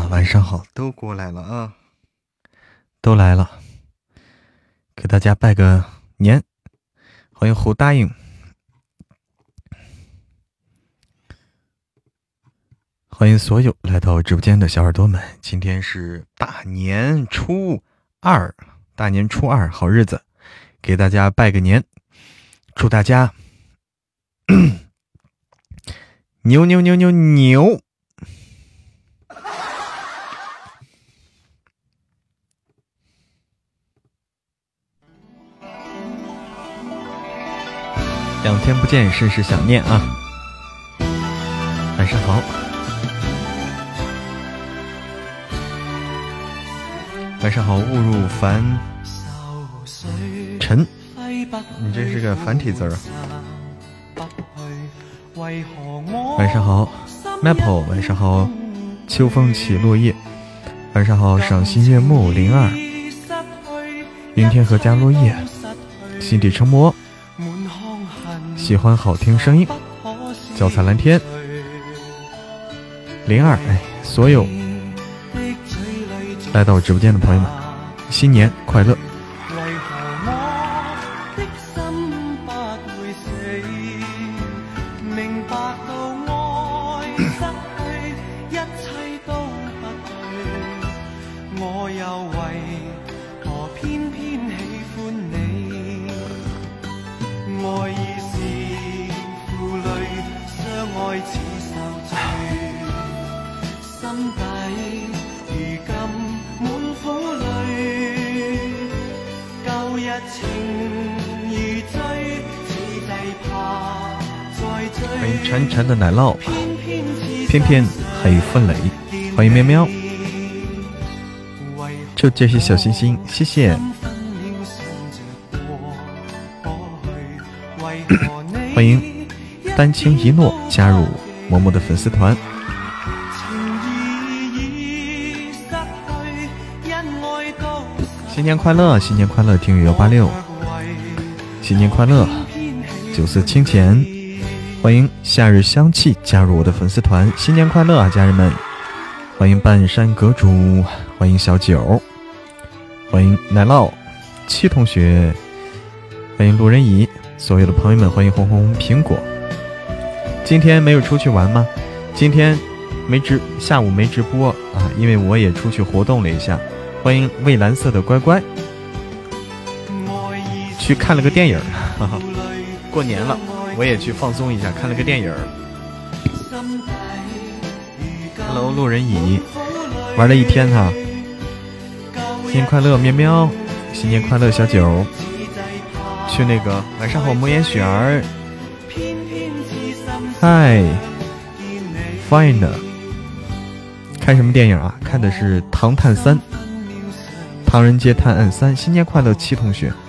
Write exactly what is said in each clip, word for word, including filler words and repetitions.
晚上好，都过来了啊，都来了，给大家拜个年，欢迎胡答应，欢迎所有来到直播间的小耳朵们。今天是大年初二，大年初二好日子，给大家拜个年，祝大家牛牛牛牛牛！两天不见，甚是想念啊！晚上好，晚上好，误入凡尘，你这是个繁体字啊！晚上好 Maple， 晚上好秋风起落叶，晚上好赏心悦目零二，云天河加落叶，心底成魔，喜欢好听声音，脚踩蓝天零二，哎，所有来到我直播间的朋友们，新年快乐！欢迎潺潺的奶酪，偏偏黑分雷，欢迎喵喵，就这些小心心，谢谢。欢迎丹青一诺加入嬷嬷的粉丝团。新年快乐，新年快乐，听雨幺八六，新年快乐，九色清浅。欢迎夏日香气加入我的粉丝团，新年快乐啊，家人们！欢迎半山阁主，欢迎小九，欢迎奶酪七同学，欢迎路人乙，所有的朋友们，欢迎红红苹果。今天没有出去玩吗？今天没直下午没直播啊，因为我也出去活动了一下。欢迎蔚蓝色的乖乖，去看了个电影，哈哈，过年了。我也去放松一下，看了个电影。Hello， 路人乙，玩了一天哈。新年快乐，喵喵！新年快乐，小九。去那个晚上好，魔岩雪儿。嗨 ，Fine。看什么电影啊？看的是《唐探三》，《唐人街探案三》。新年快乐，七同学。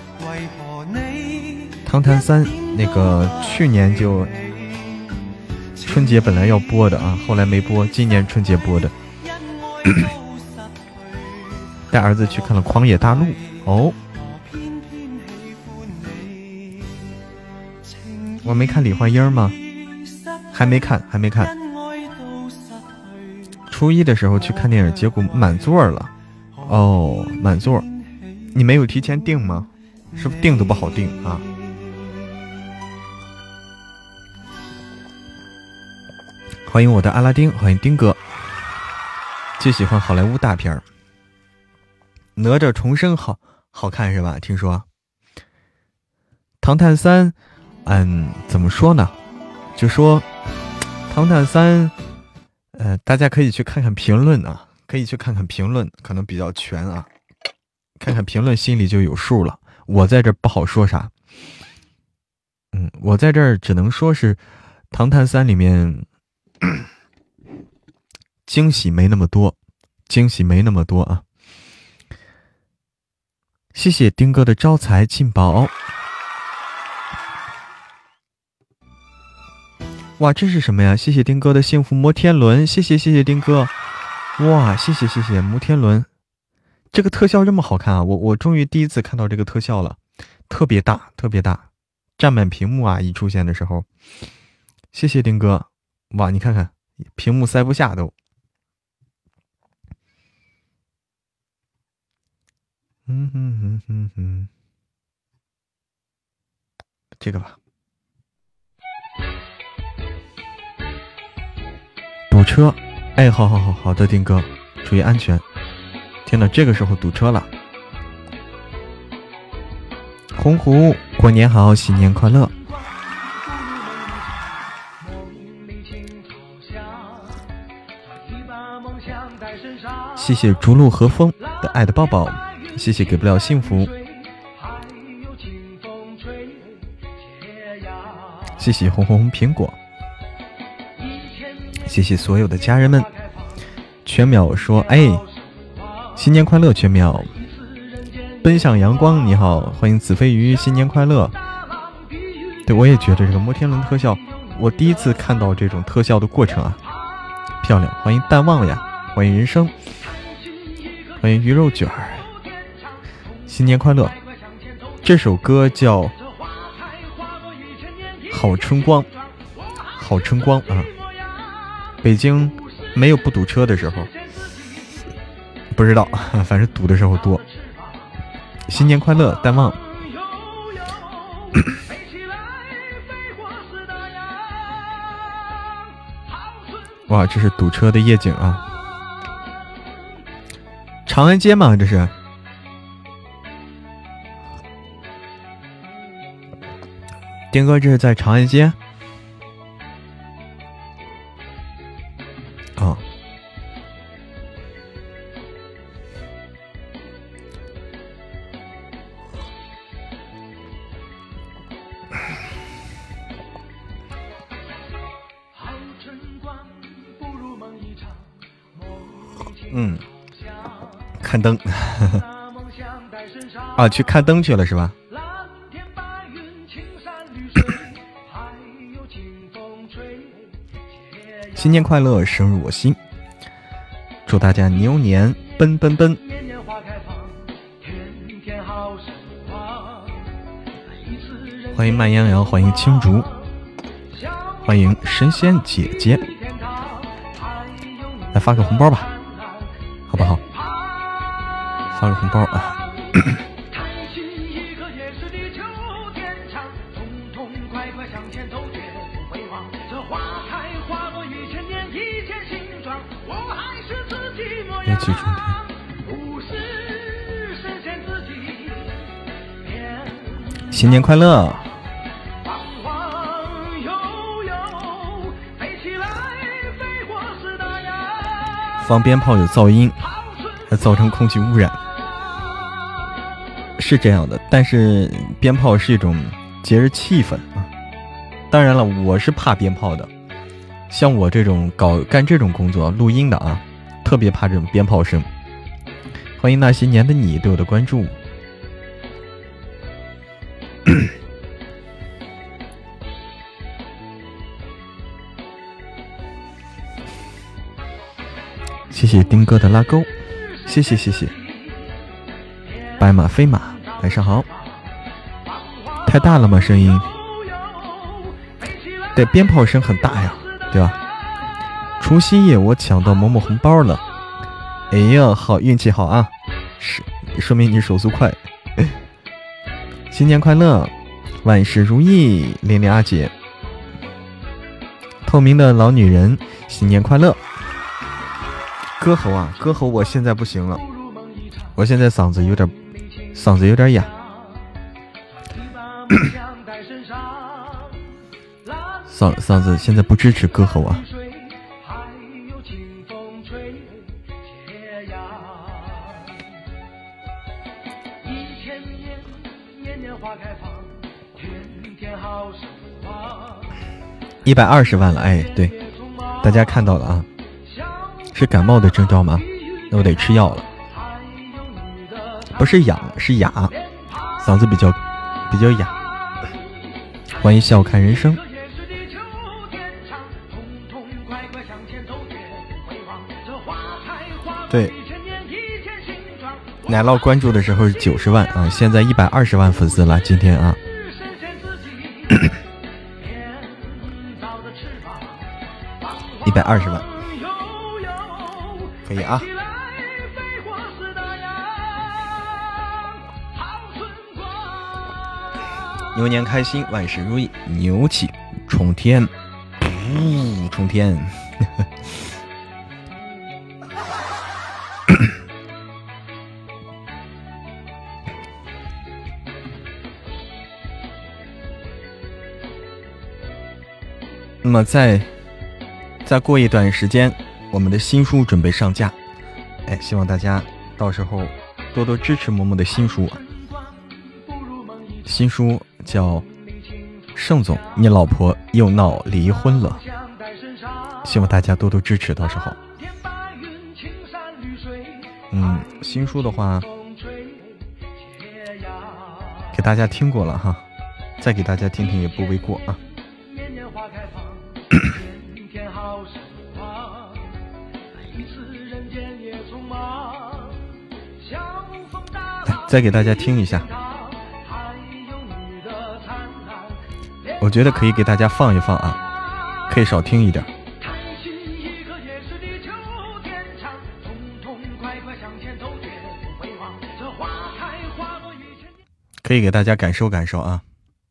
唐探三。那个去年就春节本来要播的啊，后来没播，今年春节播的。带儿子去看了《狂野大陆》哦，我没看李焕英吗？还没看，还没看。初一的时候去看电影，结果满座了。哦，满座，你没有提前订吗？是不是订都不好订啊？欢迎我的阿拉丁，欢迎丁哥。最喜欢好莱坞大片儿，哪吒重生好好看是吧？听说唐探三，嗯，怎么说呢？就说唐探三，呃，大家可以去看看评论啊，可以去看看评论，可能比较全啊。看看评论心里就有数了。我在这不好说啥，嗯，我在这儿只能说是唐探三里面。惊喜没那么多，惊喜没那么多啊！谢谢丁哥的招财进宝。哇，这是什么呀？谢谢丁哥的幸福摩天轮，谢谢谢谢丁哥。哇，谢谢谢谢摩天轮，这个特效这么好看啊！我我终于第一次看到这个特效了，特别大特别大，占满屏幕啊！一出现的时候，谢谢丁哥。哇，你看看，屏幕塞不下都。 嗯哼哼哼哼，这个吧。堵车，哎，好好好好的，丁哥，注意安全。天哪，这个时候堵车了。洪湖，过年好，新年快乐。谢谢逐鹿和风的爱的抱抱，谢谢给不了幸福，谢谢红红苹果，谢谢所有的家人们。全淼说：“哎，新年快乐，全淼！奔向阳光，你好，欢迎子飞鱼，新年快乐！”对，我也觉得这个摩天轮特效，我第一次看到这种特效的过程啊，漂亮！欢迎淡忘了呀，欢迎人生。欢迎鱼肉卷儿，新年快乐！这首歌叫《好春光》，好春光啊！北京没有不堵车的时候，不知道，反正堵的时候多。新年快乐，淡忘。哇，这是堵车的夜景啊！长安街嘛，这是。丁哥，这是在长安街。哦。嗯。看灯啊，去看灯去了是吧？新年快乐，生入我心，祝大家牛年奔奔奔！欢迎慢羊羊，欢迎青竹，欢迎神仙姐姐，来发个红包吧，好不好？发个红包啊！别去充电。新年快乐！放鞭炮有噪音，还造成空气污染。是这样的，但是鞭炮是一种节日气氛啊。当然了，我是怕鞭炮的，像我这种搞干这种工作录音的啊，特别怕这种鞭炮声。欢迎那些年的你对我的关注。谢谢丁哥的拉钩，谢谢谢谢。白马飞马，晚上好。太大了吗？声音？对，鞭炮声很大呀，对吧？除夕夜我抢到某某红包了，哎呀，好运气好啊！是，说明你手速快。新年快乐，万事如意，连连阿姐。透明的老女人，新年快乐。歌喉啊，歌喉我现在不行了，我现在嗓子有点嗓子有点哑。嗓嗓子现在不支持歌喉啊。一百二十万了，哎，对，大家看到了啊。是感冒的征兆吗？那我得吃药了。不是痒，是哑，嗓子比较比较哑。欢迎笑看人生。对，奶酪关注的时候是九十万啊，现在一百二十万粉丝了，今天啊。一百二十万。可以啊， 牛年开心，万事如意，牛气冲天，呜、冲天。那么再再过一段时间，我们的新书准备上架，哎，希望大家到时候多多支持嬷嬷的新书啊。新书叫《盛总，你老婆又闹离婚了》，希望大家多多支持。到时候，嗯，新书的话，给大家听过了哈，再给大家听听也不为过啊。再给大家听一下，我觉得可以给大家放一放啊，可以少听一点。可以给大家感受感受啊。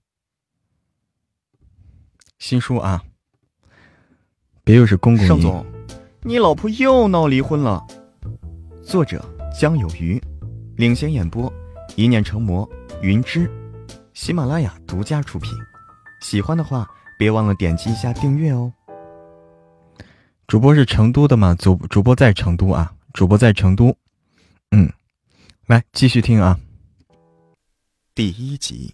新书啊，别又是公公。盛总，你老婆又闹离婚了。作者江有余，领衔演播一念成魔、云芝，喜马拉雅独家出品。喜欢的话别忘了点击一下订阅哦。主播是成都的吗？主主播在成都啊，主播在成都。嗯，来继续听啊。第一集。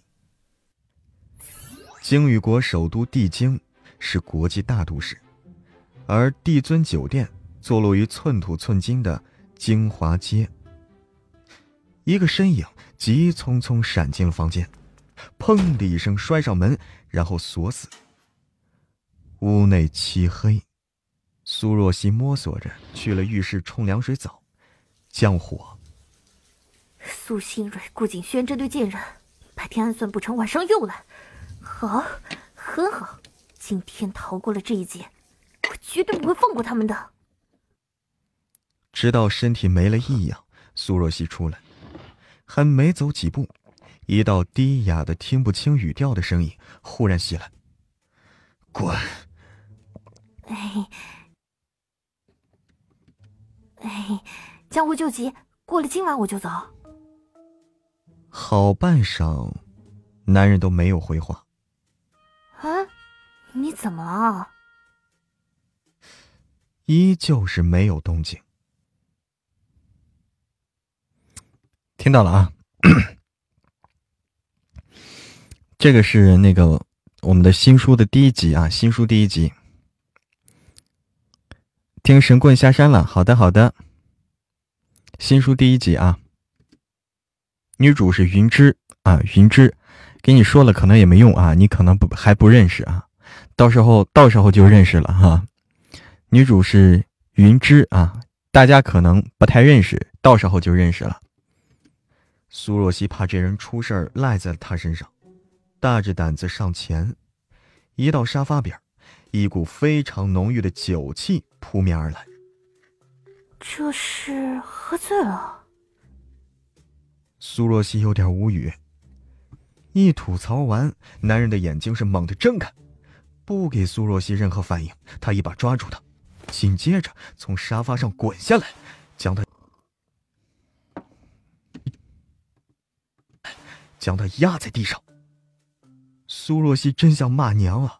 京域国首都帝京是国际大都市，而帝尊酒店坐落于寸土寸金的京华街。一个身影急匆匆闪进了房间，砰的一声摔上门，然后锁死。屋内漆黑，苏若曦摸索着去了浴室冲凉水澡，降火。 苏新蕊、顾景轩这对贱人，白天暗算不成，晚上又来。好，很好，今天逃过了这一劫，我绝对不会放过他们的。 直到身体没了异样，苏若曦出来，还没走几步，一道低哑的听不清语调的声音忽然袭来：“滚！” 哎哎，江湖救急，过了今晚我就走。 好半晌，男人都没有回话。 啊，你怎么了？ 依旧是没有动静。听到了啊，这个是那个我们的新书的第一集啊，新书第一集。听神棍下山了，好的好的。新书第一集啊，女主是云芝啊，云芝，给你说了可能也没用啊，你可能不还不认识啊，到时候到时候就认识了哈。女主是云芝啊，大家可能不太认识，到时候就认识了。苏若曦怕这人出事儿赖在他身上，大着胆子上前，一到沙发边，一股非常浓郁的酒气扑面而来。 这是喝醉了？ 苏若曦有点无语。一吐槽完，男人的眼睛是猛地睁开，不给苏若曦任何反应，他一把抓住她，紧接着从沙发上滚下来，将她将她压在地上。苏若曦真想骂娘啊，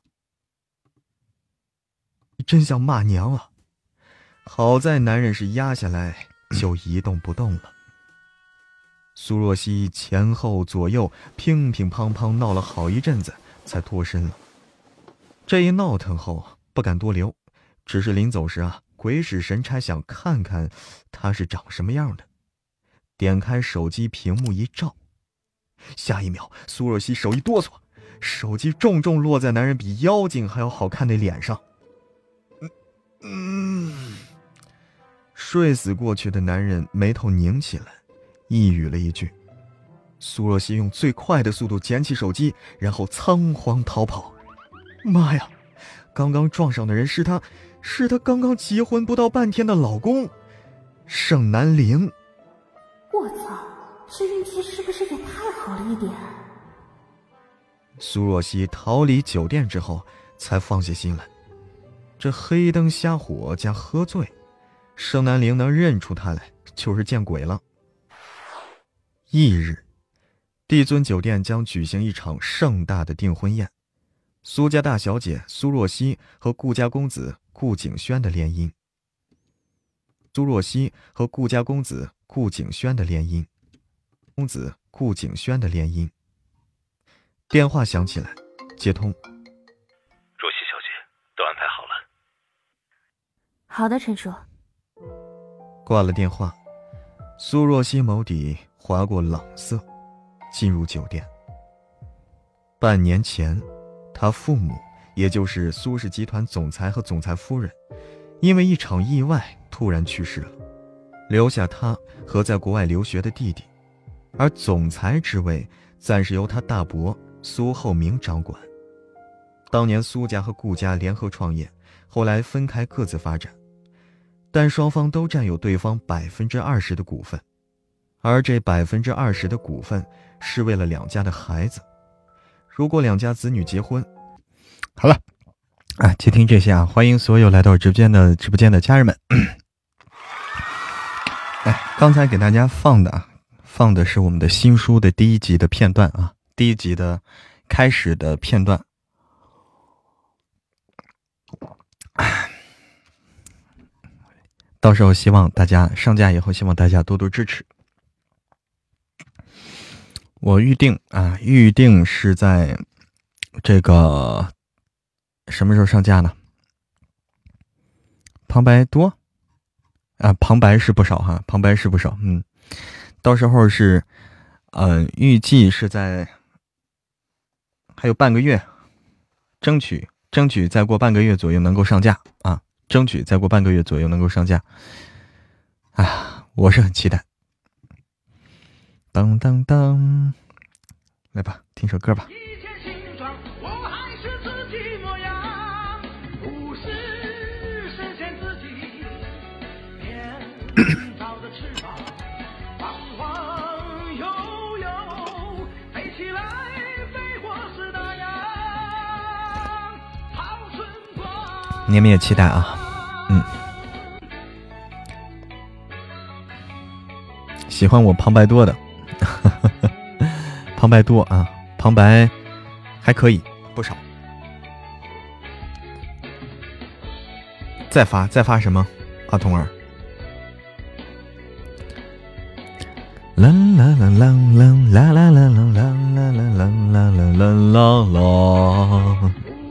真想骂娘啊！好在男人是压下来就一动不动了。苏若曦前后左右乒乒乓乓闹了好一阵子，才脱身了。这一闹腾后不敢多留，只是临走时啊，鬼使神差想看看他是长什么样的。点开手机屏幕一照，下一秒苏若曦手一哆嗦，手机重重落在男人比妖精还要好看的脸上。嗯嗯，睡死过去的男人眉头拧起来，一语了一句。苏若曦用最快的速度捡起手机，然后仓皇逃跑。妈呀，刚刚撞上的人是他是他刚刚结婚不到半天的老公盛南陵。 我操，这运气是不是也太好了一点？ 苏若曦逃离酒店之后才放下心来。这黑灯瞎火加喝醉，盛南陵能认出他来就是见鬼了。翌日，帝尊酒店将举行一场盛大的订婚宴，苏家大小姐苏若曦和顾家公子顾景轩的联姻。苏若曦和顾家公子顾景轩的联姻，公子顾景轩的联姻。电话响起来，接通。 若曦小姐，都安排好了。 好的，陈叔。 挂了电话，苏若曦眸底划过冷色，进入酒店。半年前，他父母，也就是苏氏集团总裁和总裁夫人，因为一场意外突然去世了，留下他和在国外留学的弟弟，而总裁之位暂时由他大伯苏厚明掌管。当年苏家和顾家联合创业，后来分开各自发展，但双方都占有对方百分之二十的股份，而这百分之二十的股份是为了两家的孩子。如果两家子女结婚，好了，啊，接听这些啊，欢迎所有来到直播间的直播间的家人们。哎，刚才给大家放的啊，放的是我们的新书的第一集的片段啊，第一集的开始的片段。到时候希望大家上架以后，希望大家多多支持。我预定啊，预定是在这个什么时候上架呢？旁白多啊，旁白是不少哈，旁白是不少。嗯，到时候是，嗯、呃，预计是在还有半个月，争取争取再过半个月左右能够上架啊，争取再过半个月左右能够上架。啊，我是很期待。当当当，来吧，听首歌吧。你们也期待啊，嗯。喜欢我旁白多的，旁白多啊，旁白还可以，不少。再发再发什么？阿童儿。啦啦啦啦啦啦啦啦啦啦啦啦啦啦啦啦。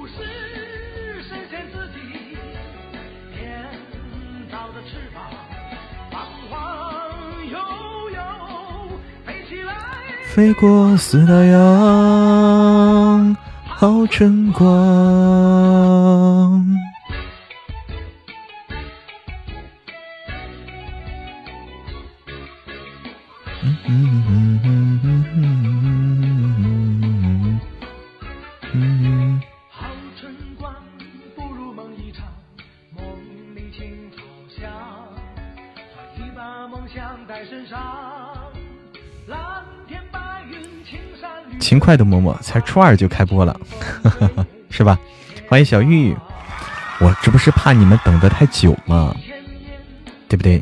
飞过四大洋，好春光。嗯嗯嗯嗯嗯嗯嗯。好春光，不如梦一场，梦里青草香，一把梦想在身上，蓝天白云青山绿。勤快的嬷嬷才初二就开播了，是吧？欢迎小玉，我这不是怕你们等得太久吗？对不对？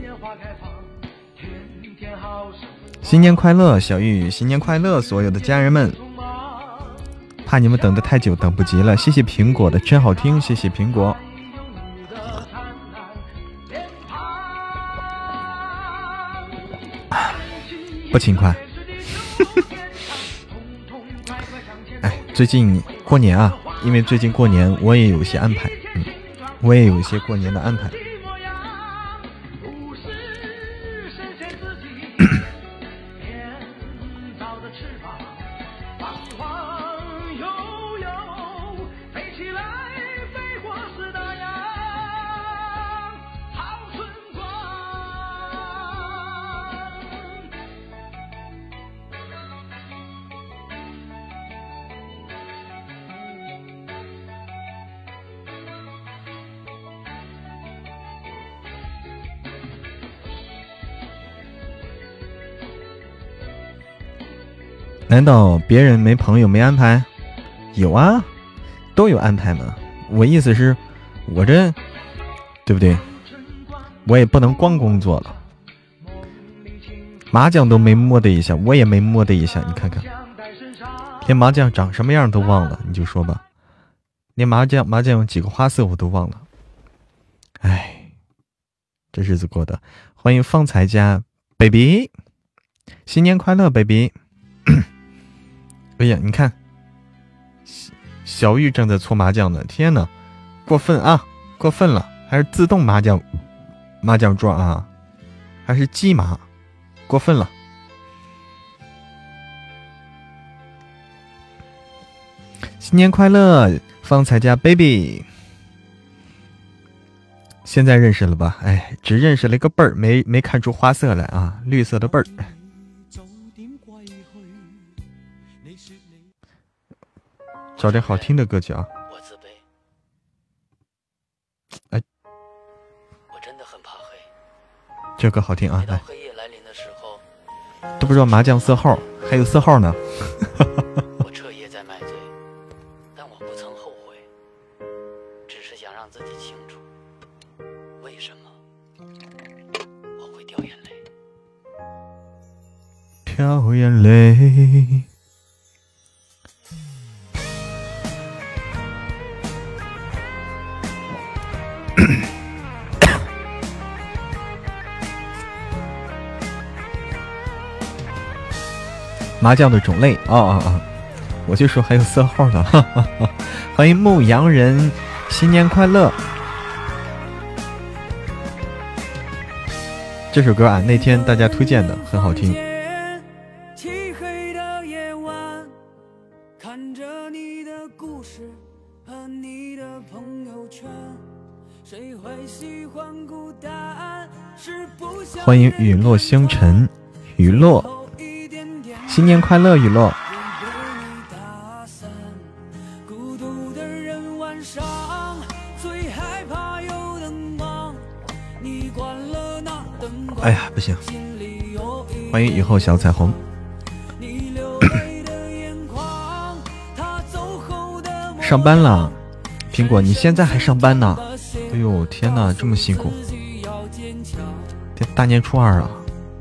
新年快乐，小玉！新年快乐，所有的家人们！怕你们等得太久，等不及了。谢谢苹果的真好听，谢谢苹果。不勤快。哎，最近过年啊，因为最近过年我也有一些安排，嗯，我也有一些过年的安排。难道别人没朋友没安排？ 有啊，都有安排嘛。我意思是，我这对不对？我也不能光工作了。麻将都没摸的一下，我也没摸的一下，你看看，连麻将长什么样都忘了，你就说吧，连麻将麻将有几个花色我都忘了。哎，这日子过的。欢迎方才家 baby， 新年快乐 baby。 哎呀，你看小玉正在搓麻将呢，天哪，过分啊，过分了，还是自动麻将麻将桌啊，还是机麻，过分了。新年快乐方才家 baby， 现在认识了吧？哎，只认识了一个辈儿，没没看出花色来啊，绿色的辈儿。找点好听的歌曲啊！ 我自卑， 哎， 我真的很怕黑。 这歌好听啊！来， 黑夜来临的时候， 都不知道麻将色号，还有色号呢。 我彻夜在买醉，但我不曾后悔，只是想让自己清楚，为什么我会掉眼泪。 掉眼泪。麻将的种类哦哦哦，我就说还有色号的。哈哈哈。欢迎牧羊人，新年快乐！这首歌啊，那天大家推荐的，很好听。 漆黑的夜晚，看着你的故事和你的朋友圈，谁会喜欢孤单？是不想欢迎雨落星辰，雨落。新年快乐，雨落！哎呀，不行！欢迎雨后小彩虹。上班了，苹果，你现在还上班呢？哎呦，天哪，这么辛苦！大年初二啊！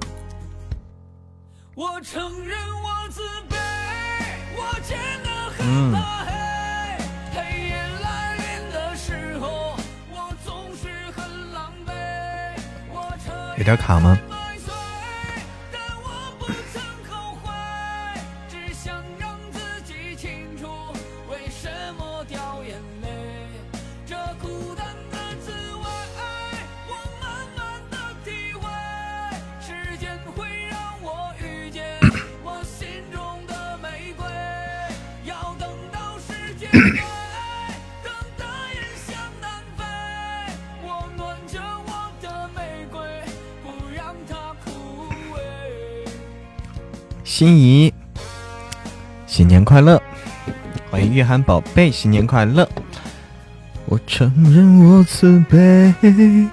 我承认我自卑，我真的嗯， 很怕黑。黑夜来临的时候，我总是很狼狈。我彻有点卡吗？ 但我不曾后悔，只想让自己清楚为什么掉眼泪。这孤单的滋味，我慢慢的体会。时间会让我遇见我心中的玫瑰，要等到时间对，等得雁向南飞。我暖着我的玫瑰，不让它枯萎。 心仪，新年快乐！欢迎玉涵宝贝，新年快乐！我承认我自卑。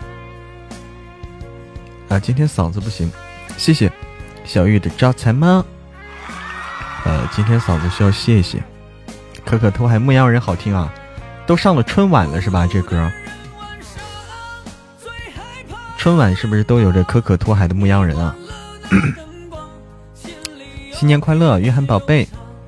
啊，今天嗓子不行，谢谢小玉的招财猫。呃，今天嗓子需要歇一歇。可可托海牧羊人好听啊，都上了春晚了是吧？这歌，春晚是不是都有着可可托海的牧羊人啊？新年快乐，约翰宝贝。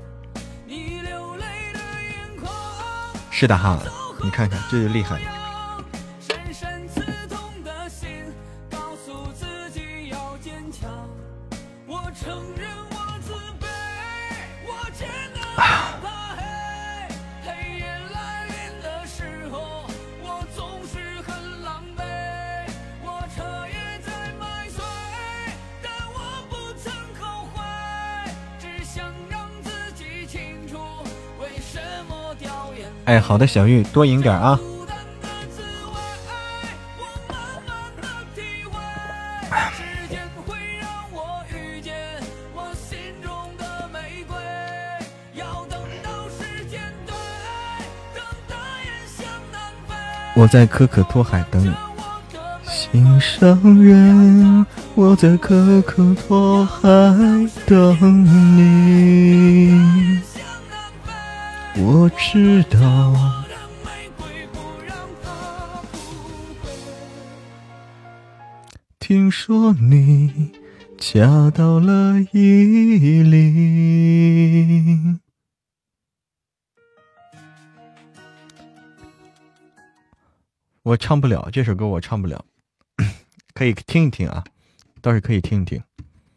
是的哈，你看看这就厉害。 深深刺痛的心，告诉自己要坚强。我承认我自卑，我真的很怕黑。黑夜来临的时候，我总是很狼狈。我彻夜在买醉，但我不曾后悔，只想让自己清楚为什么掉眼泪。 哎，好的，小玉多赢点啊。我在可可托海等你，心上人，我在可可托海等你。 我知道。听说你嫁到了伊犁。我唱不了这首歌，我唱不了，可以听一听啊，倒是可以听一听。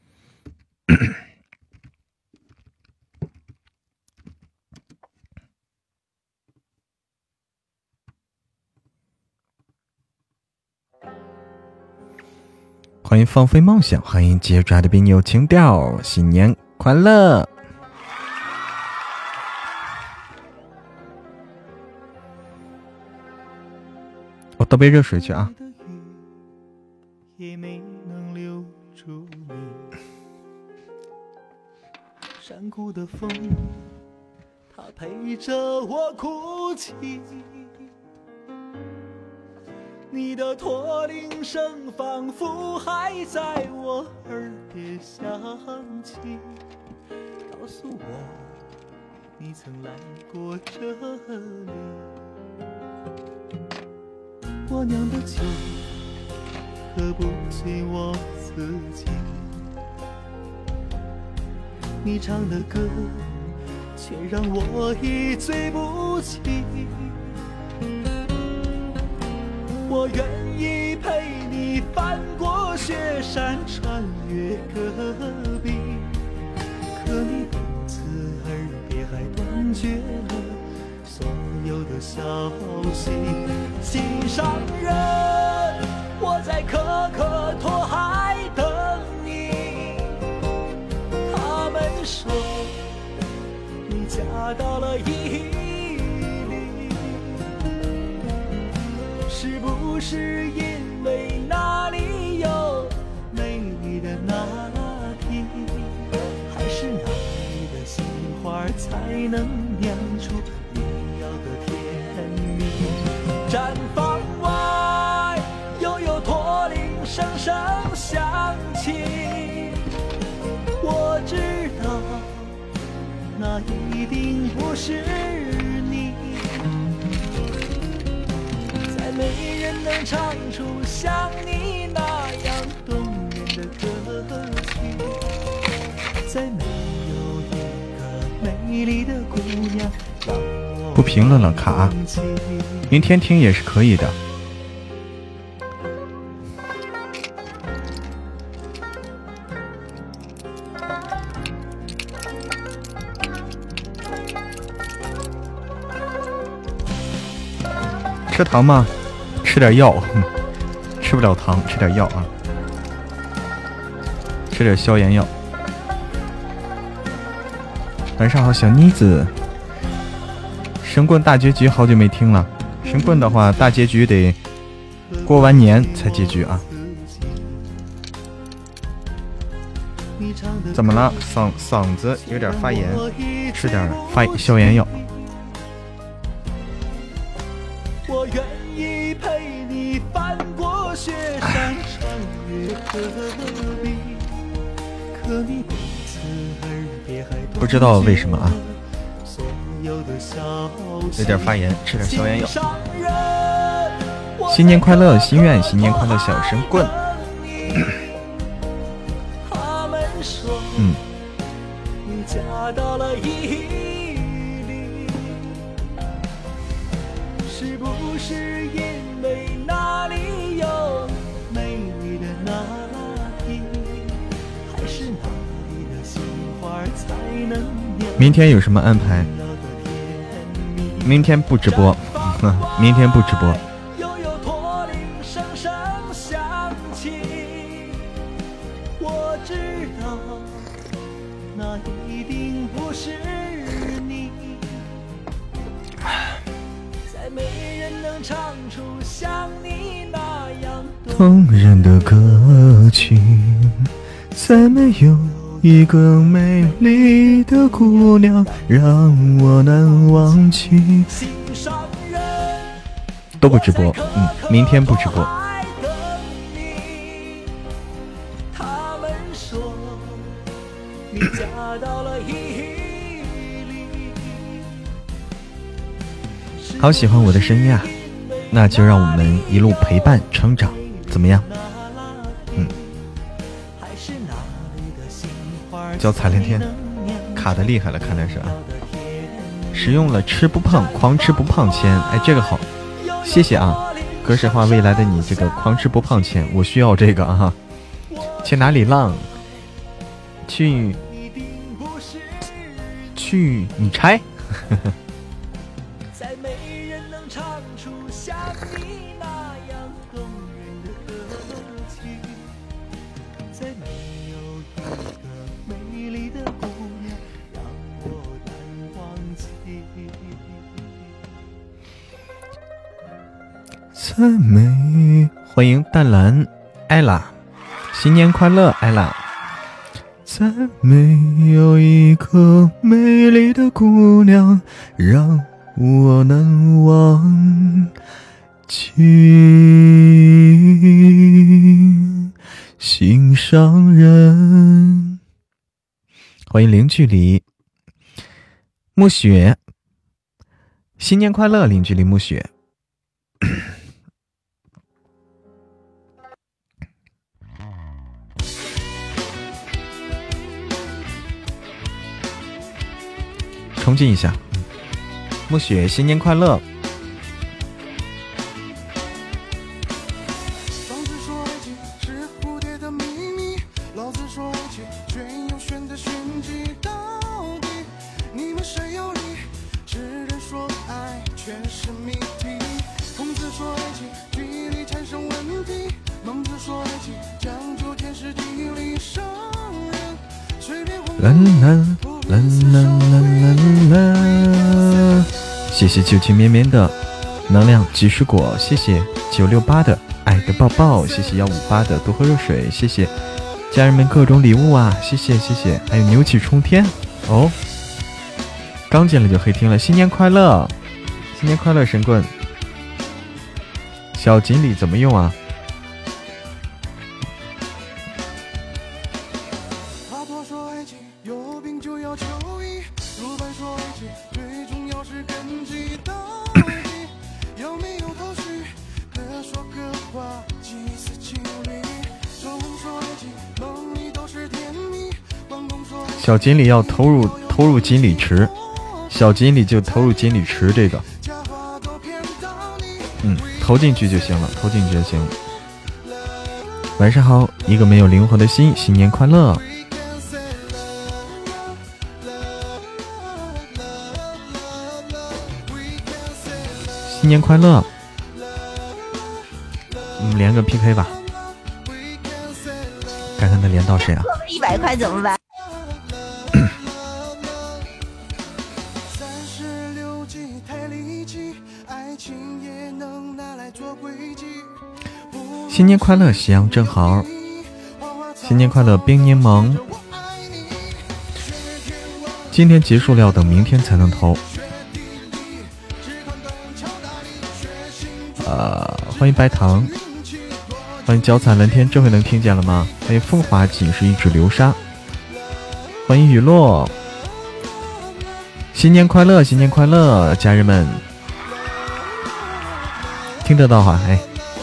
欢迎放飞梦想，欢迎结爪的比你有情调，新年快乐！我倒杯热水去啊。 也没能留住你，山谷的风，它陪着我哭泣。你的驼铃声仿佛还在我耳边响起，告诉我你曾来过这里。我酿的酒喝不醉我自己，你唱的歌却让我一醉不起。我愿意陪你翻过雪山，穿越戈壁，可你从此耳边还断绝了所有的消息。心上人，我在可可托海等你。他们说你嫁到了伊犁，是不是因为那里有美丽的那提，还是那里的杏花才能酿出你要的甜蜜？毡房外又有驼铃声声响起，我知道那一定不是你，再没人能唱出像你那样动人的歌曲，再没有一个美丽的姑娘让我不评论了，卡，明天听也是可以的。吃糖吗？吃点药，吃不了糖，吃点药啊，吃点消炎药。晚上好，小妮子。神棍大结局好久没听了，神棍的话，大结局得过完年才结局啊。怎么了？嗓嗓子有点发炎，吃点发消炎药。 我愿意陪你翻过雪山，穿越戈壁，可你从此耳边还不知道为什么啊，有点发炎，吃点消炎药。新年快乐，心愿，新年快乐，小神棍。嗯。 你嫁到了伊犁，是不是因为那里有美丽的那提，还是那里的杏花才能酿？ 明天有什么安排？明天不直播，嗯、明天不直播。 又有驼铃声声响起，我知道那一定不是你，再没人能唱出像你那样动人的歌曲，再没有一个美丽的姑娘让我难忘记。都不直播，嗯，明天不直播。 他们说你嫁到了伊犁， 好喜欢我的声音啊，那就让我们一路陪伴成长，怎么样？嗯，脚踩连天，卡的厉害了，看来是啊。使用了吃不胖狂吃不胖签，哎，这个好，谢谢啊。格式化未来的你，这个狂吃不胖签，我需要这个啊。去哪里浪？去去你拆。再美，欢迎淡蓝艾拉，新年快乐艾拉。再没有一个美丽的姑娘让我难忘记，心上人。欢迎零距离暮雪，新年快乐零距离暮雪。重进一下，暮雪新年快乐。啦啦啦啦啦啦啦！谢谢九情绵绵的能量即时果，谢谢九六八的爱的抱抱，谢谢幺五八的多喝热水，谢谢家人们各种礼物啊，谢谢谢谢，还有牛气冲天哦，刚进来就黑听了，新年快乐，新年快乐神棍，小锦鲤怎么用啊？小锦鲤要投入投入锦鲤池，小锦鲤就投入锦鲤池这个，嗯，投进去就行了，投进去就行了。晚上好，一个没有灵魂的心，新年快乐！新年快乐！我们连个 P K 吧，看看能连到谁啊？ 一百块怎么办？ 新年快乐，夕阳正好。新年快乐，冰柠檬。今天结束了，要等明天才能投。呃，欢迎白糖，欢迎脚踩蓝天，这回能听见了吗？欢迎风华锦是一指流沙，欢迎雨落。新年快乐，新年快乐，家人们，听得到哈？哎。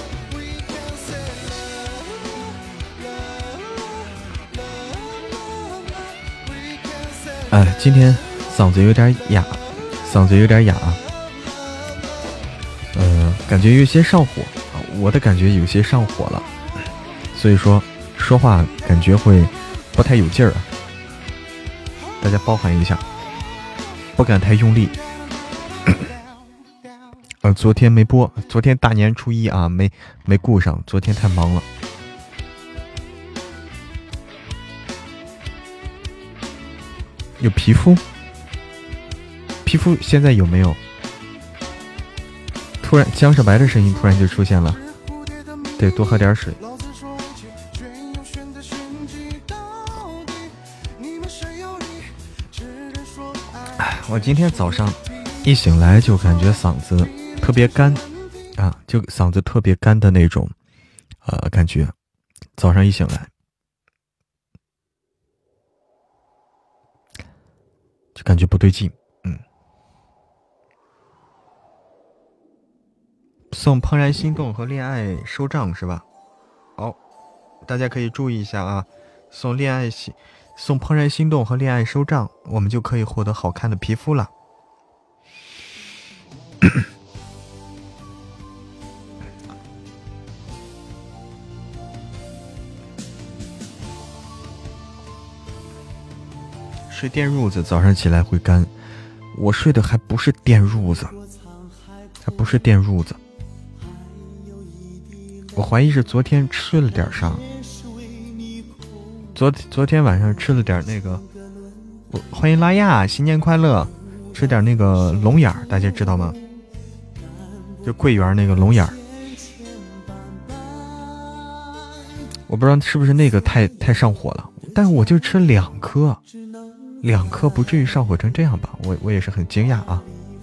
哎，今天嗓子有点哑，嗓子有点哑，呃，感觉有些上火，我的感觉有些上火了，所以说说话感觉会不太有劲儿啊，大家包涵一下，不敢太用力。呃，昨天没播，昨天大年初一啊，没没顾上，昨天太忙了。有皮肤，皮肤现在有没有？突然江小白的声音突然就出现了，得多喝点水。我今天早上一醒来就感觉嗓子特别干啊，就嗓子特别干的那种，呃，感觉早上一醒来。就感觉不对劲，嗯， 送怦然心动和恋爱收账是吧？好，大家可以注意一下啊，送恋爱心送怦然心动和恋爱收账，我们就可以获得好看的皮肤了。睡电褥子早上起来会干，我睡的还不是电褥子，还不是电褥子，我怀疑是昨天吃了点啥，昨昨天晚上吃了点那个，我欢迎拉亚，新年快乐，吃点那个龙眼儿，大家知道吗？就桂圆那个龙眼儿，我不知道是不是那个太太上火了，但是我就吃两颗。两颗不至于上火成这样吧，我我也是很惊讶啊。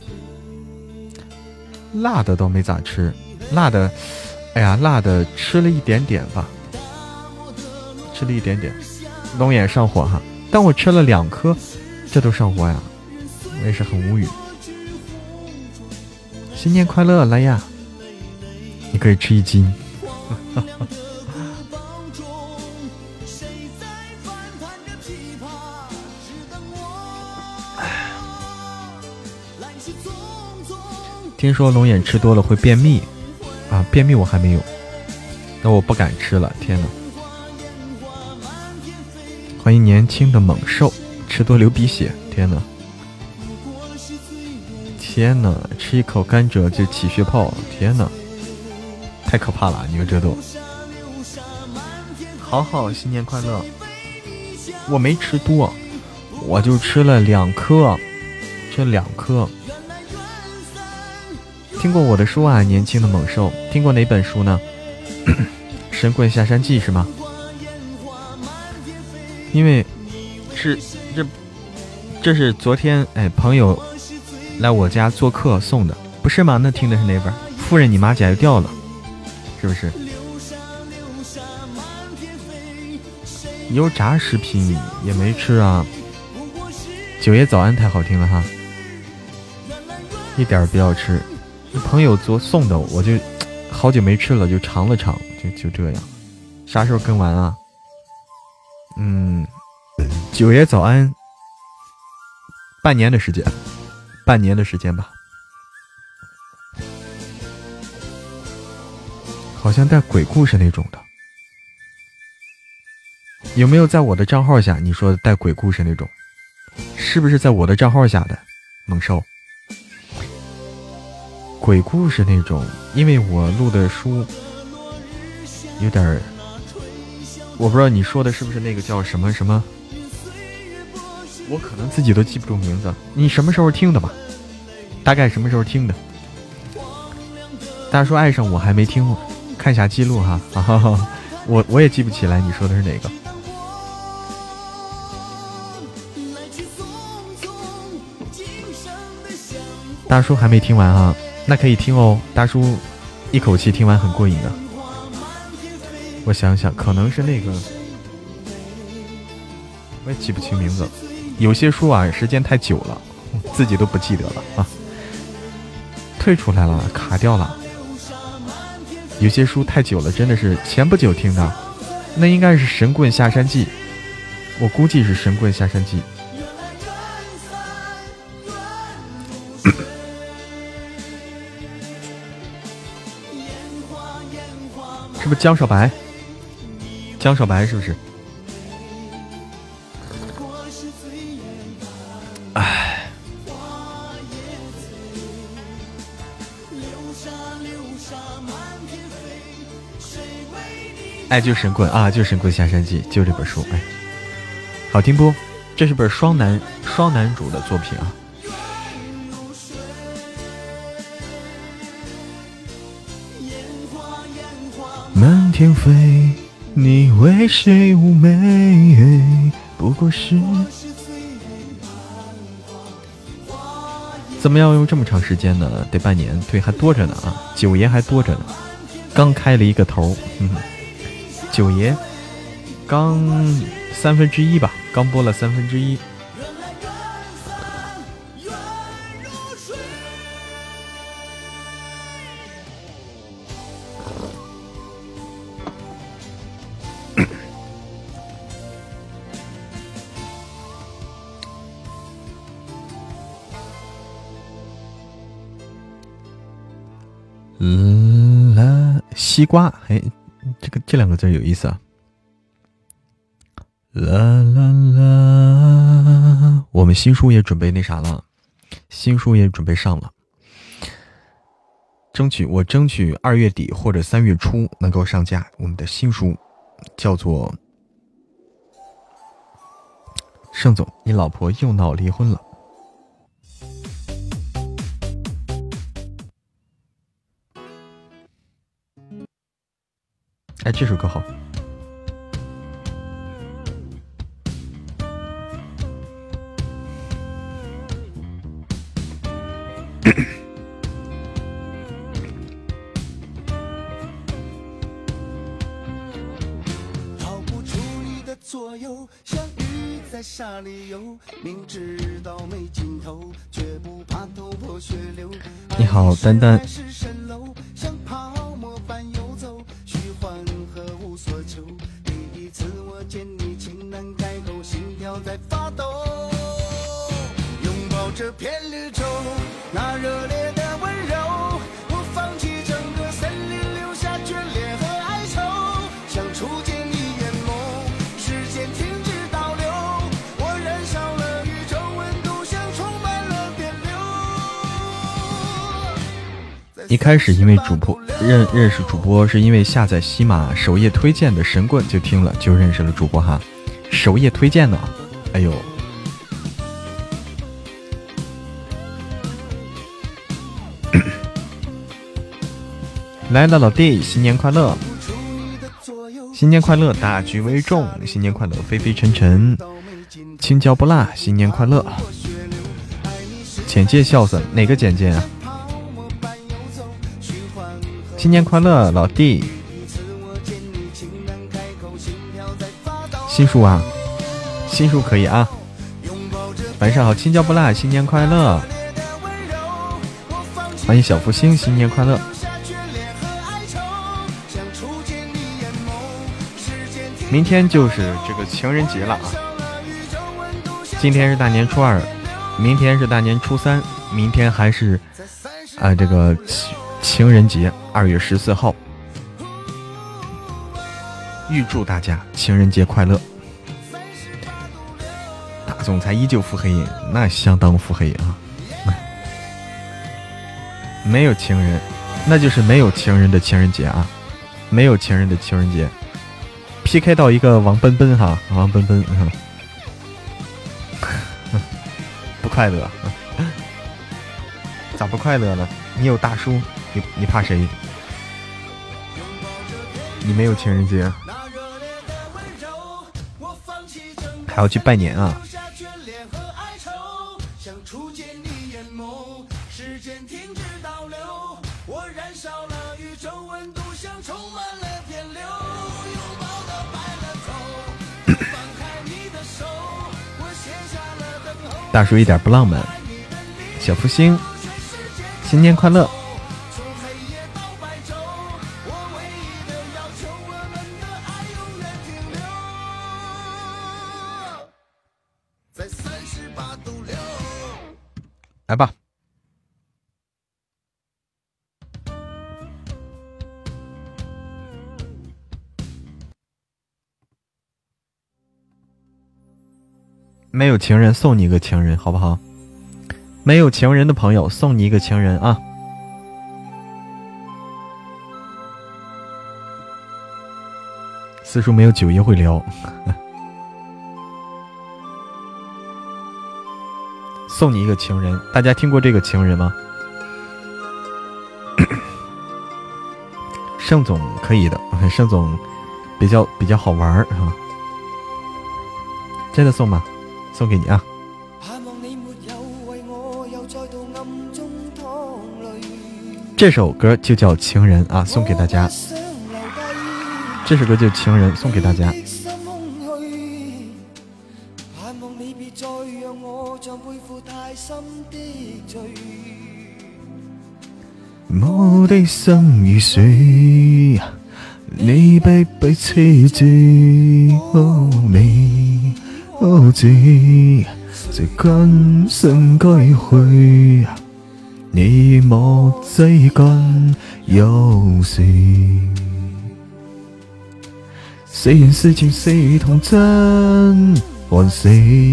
辣的倒没咋吃，辣的，哎呀，辣的吃了一点点吧，吃了一点点，龙眼上火哈，但我吃了两颗，这都上火呀，我也是很无语。新年快乐，来呀，你可以吃一斤。听说龙眼吃多了会便秘啊，便秘我还没有，那我不敢吃了。天哪！欢迎年轻的猛兽，吃多流鼻血。天哪！天哪！吃一口甘蔗就起血泡，天哪！太可怕了，你们这都。好好，新年快乐！我没吃多，我就吃了两颗，吃两颗。听过我的书啊，年轻的猛兽，听过哪本书呢？神棍下山记是吗？因为是这这是昨天哎朋友来我家做客送的，不是吗？那听的是哪本？夫人你马甲又掉了，是不是？油炸食品也没吃啊。九爷早安太好听了哈，一点不要吃。朋友做送的，我就好久没吃了，就尝了尝，就就这样。啥时候更完啊？嗯，九爷早安。半年的时间，半年的时间吧。好像带鬼故事那种的，有没有在我的账号下？你说带鬼故事那种，是不是在我的账号下的猛兽？鬼故事那种，因为我录的书有点，我不知道你说的是不是那个叫什么什么，我可能自己都记不住名字。你什么时候听的吧？大概什么时候听的？大叔爱上我还没听过，看一下记录哈。哈哈，我我也记不起来你说的是哪个。大叔还没听完哈。那可以听哦，大叔一口气听完很过瘾的。我想想，可能是那个，我也记不清名字。有些书啊，时间太久了，自己都不记得了啊。退出来了，卡掉了。有些书太久了，真的是前不久听的，那应该是《神棍下山记》，我估计是《神棍下山记》。是不是江少白？江少白是不是？哎，哎，就神棍啊，就神棍下山记，就这本书，哎，好听不？这是本双男双男主的作品啊。满天飞，你为谁妩媚？不过是怎么要用这么长时间呢？得半年，对，还多着呢啊！九爷还多着呢，刚开了一个头，嗯，九爷刚三分之一吧，刚播了三分之一。 嗯，啦，西瓜，哎，这个这两个字有意思啊。啦啦啦，我们新书也准备那啥了，新书也准备上了，争取我争取二月底或者三月初能够上架我们的新书，叫做盛总，你老婆又闹离婚了。哎，这首歌好。 逃不出你的左右，像鱼在沙里游，明知道没尽头，却不怕头破血流。 你好，丹丹。 像泡沫般游走，虚幻和无所求。第一次我见你，情难开口，心跳在发抖。拥抱这片绿洲，那热烈的温柔，我放弃整个森林，留下眷恋和哀愁。想初见你眼眸，时间停止倒流，我燃烧了宇宙温度，像充满了电流。 一开始因为主播认认识主播是因为下载喜马首页推荐的神棍就听了，就认识了主播哈。首页推荐呢，哎呦，来了老弟，新年快乐！新年快乐，大局为重！新年快乐，飞飞沉沉，青椒不辣！新年快乐！简介笑死，哪个简介啊？新年快乐，老弟！新书啊，新书可以啊。晚上好，青椒不辣，新年快乐！欢迎小福星，新年快乐！明天就是这个情人节了啊！今天是大年初二，明天是大年初三，明天还是啊、呃、这个情人节，二月十四号。预祝大家情人节快乐！大总裁依旧腹黑，那相当腹黑啊！没有情人，那就是没有情人的情人节啊！没有情人的情人节 ，P K 到一个王奔奔哈，王奔奔，不快乐，咋不快乐了？你有大叔，你你怕谁？你没有情人节，还要去拜年啊！大叔一点不浪漫，小福星，新年快乐！来吧，没有情人送你一个情人，好不好？没有情人的朋友送你一个情人啊！四叔没有酒也会聊，送你一个情人。大家听过这个情人吗？盛总可以的，盛总比较比较好玩儿哈，真的送吗？送给你啊！这首歌就叫《情人》啊，送给大家。这首歌就《情人》，送给大家。我的心如水，你逼逼車住我你。我知這根生該去， 你莫最近有事，雖然事情是童真還是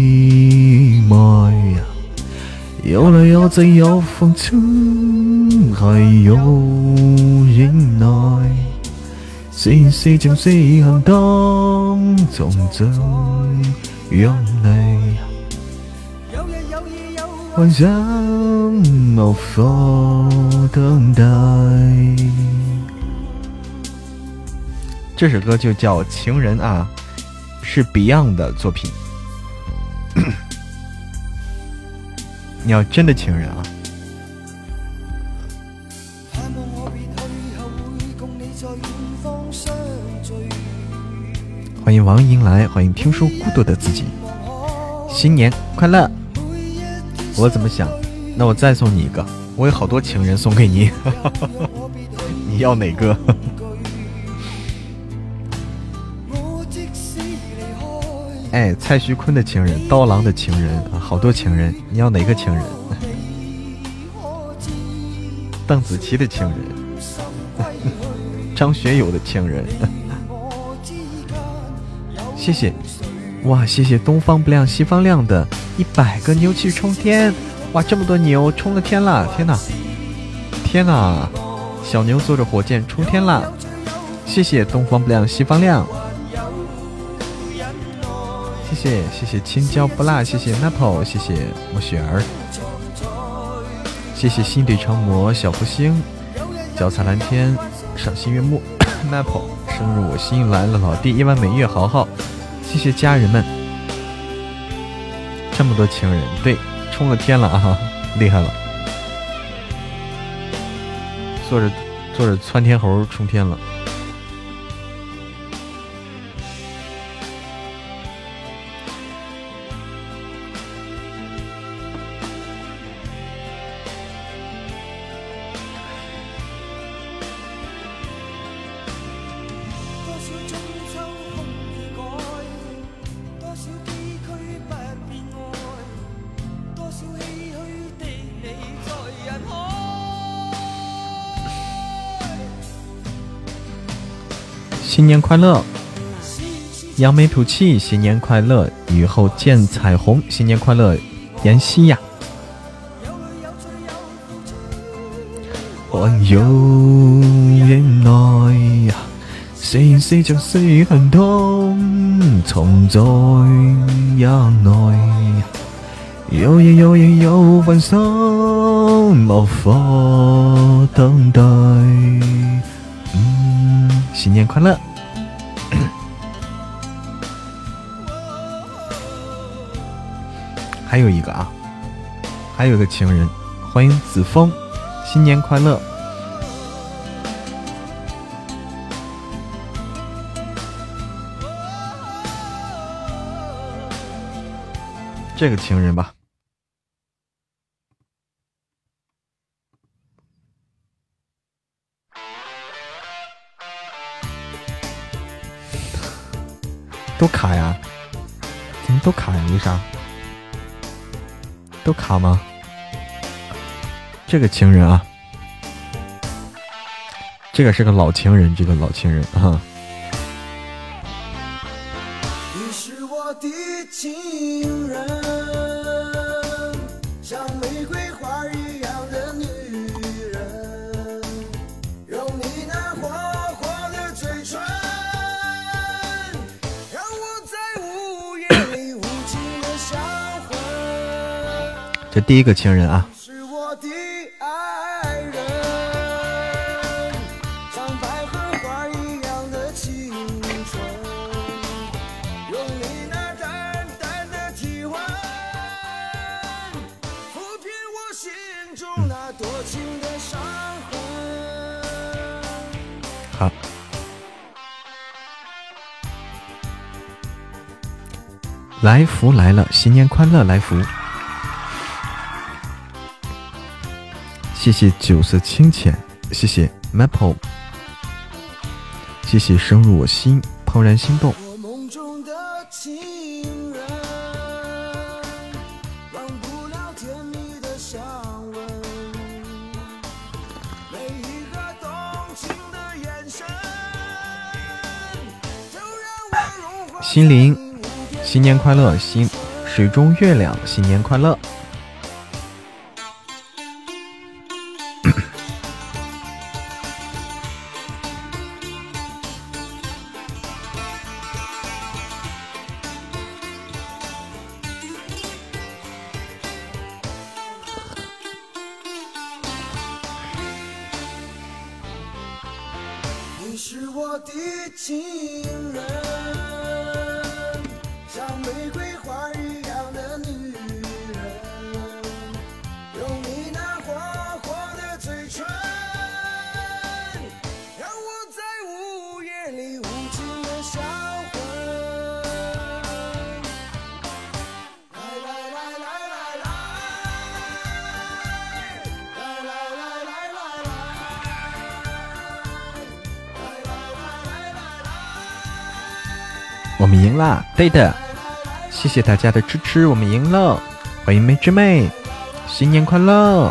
愛，有淚有淚有付出，還有忍耐。雖然事情是行動，從中讓你幻想無法等待。这首歌就叫《情人》啊，是 Beyond 的作品。你要真的情人啊！欢迎王迎来，欢迎听说孤独的自己，新年快乐！我怎么想？那我再送你一个，我有好多情人送给你，你要哪个？哎，蔡徐坤的情人，刀郎的情人啊，好多情人，你要哪个情人？邓紫棋的情人，张学友的情人，谢谢，哇，谢谢东方不亮西方亮的一百个牛气冲天，哇，这么多牛冲了天了，天哪，天哪，小牛坐着火箭冲天了，谢谢东方不亮西方亮。谢谢谢谢青椒不辣，谢谢 Napo， 谢谢莫雪儿，谢谢心底成魔小福星，脚踩蓝天赏心悦目Napo， 生日我心来了老弟，夜晚每月豪豪，谢谢家人们，这么多情人，对，冲了天了啊，厉害了，坐着坐着窜天猴冲天了。新年快乐，扬眉吐气，新年快乐，雨后见彩虹，新年快乐，妍希呀，還有忍耐呀，雖然是像是行動，藏在眼內，有嘢有嘢有份心，無法等待。嗯，新年快樂。还有一个啊，还有一个情人，欢迎子枫，新年快乐！这个情人吧，都卡呀？怎么都卡呀？为啥？都卡吗？这个情人啊，这个是个老情人，这个老情人啊。 你是我的情人，像玫瑰花一样的女人，用你那花花的嘴唇，让我在午夜里无尽的销魂。 这第一个情人啊， 是我的爱人，像百合花一样的青春，用你那淡淡的体温，抚平我心中那多情的伤痕。 好，来福来了，新年快乐，来福。谢谢酒色清浅，谢谢 Maple， 谢谢深入我心，怦然心动。 我梦中的情人，忘不了甜蜜的香吻， 心灵，新年快乐！心水中月亮，新年快乐！ 你是我的情人，像玫瑰花一样的女人，用你那花花的嘴唇，让我在午夜里无尽的销魂。来来来来来来，来来来来来来。 我们赢啦，对的，谢谢大家的支持，我们赢了，欢迎梅之妹，新年快乐！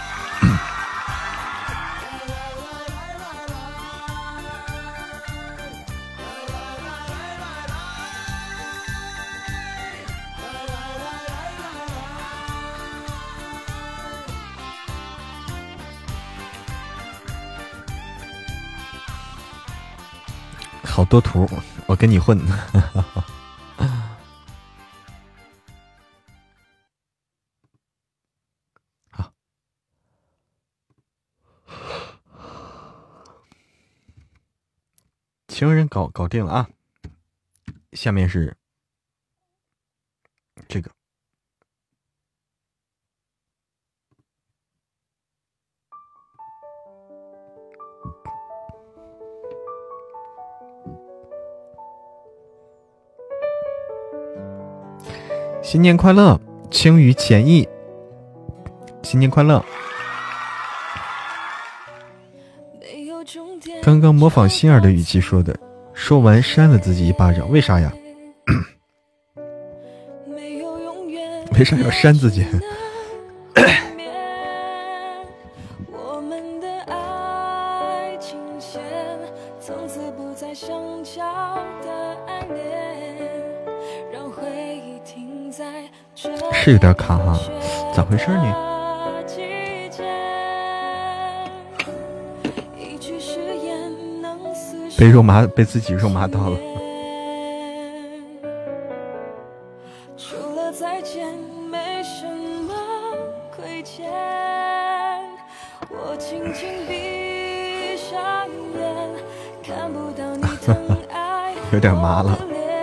好多图，我跟你混。好，情人搞搞定了啊！下面是这个。新年快乐，青鱼浅意。新年快乐！刚刚模仿心儿的语气说的，说完扇了自己一巴掌，为啥呀？为啥要扇自己？是有点卡哈，咋回事呢？被肉麻，被自己肉麻到了。有点麻了。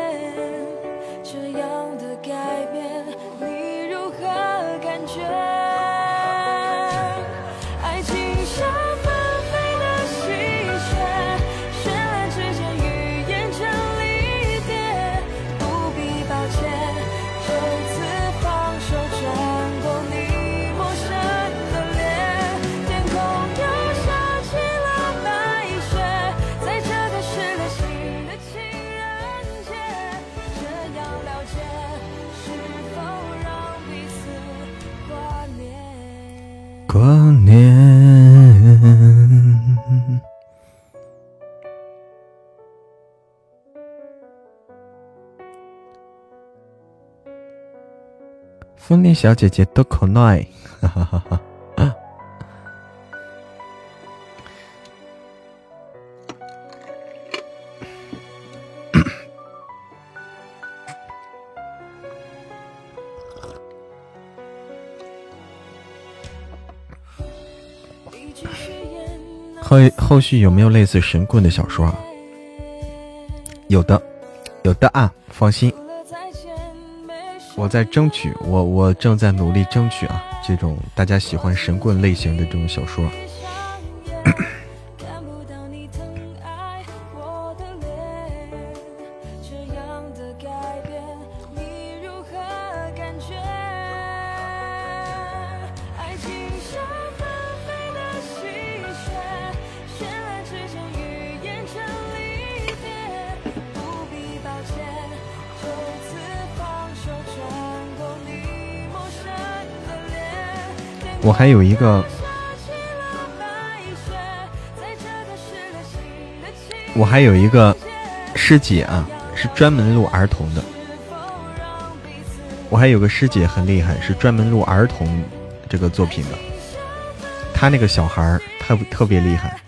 过年，丰年小姐姐多可爱，哈哈哈哈！后后续有没有类似神棍的小说啊？有的，有的啊，放心，我在争取，我我正在努力争取啊，这种大家喜欢神棍类型的这种小说。我还有一个，我还有一个师姐啊， 是专门录儿童的。我还有个师姐很厉害，是专门录儿童这个作品的。她那个小孩儿特特别厉害。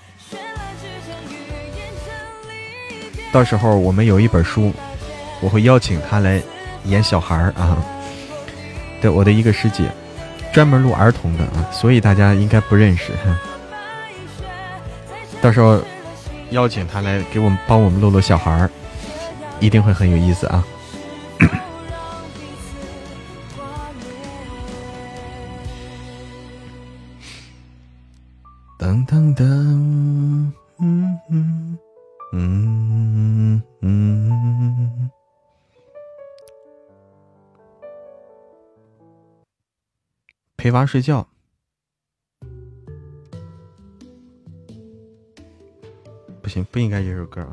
到时候我们有一本书，我会邀请她来演小孩儿啊。对，我的一个师姐，专门录儿童的啊，所以大家应该不认识。到时候邀请她来给我们帮我们录录小孩儿，一定会很有意思啊。噔噔噔，嗯嗯嗯嗯，陪娃睡觉，不行，不应该这首歌啊，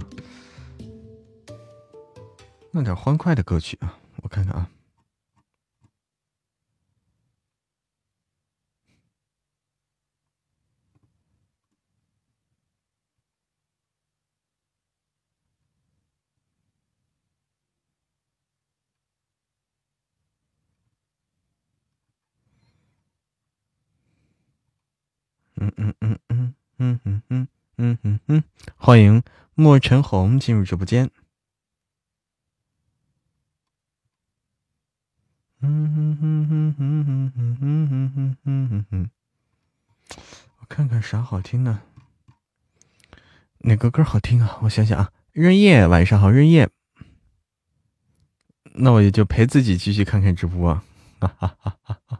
弄点欢快的歌曲啊，我看看啊。嗯嗯嗯嗯嗯嗯嗯嗯嗯嗯，欢迎莫尘红进入直播间。嗯嗯嗯嗯嗯嗯嗯嗯嗯嗯嗯，我看看啥好听呢？哪个歌好听啊？我想想啊，润叶，晚上好，润叶。那我也就陪自己继续看看直播啊，哈哈哈哈哈。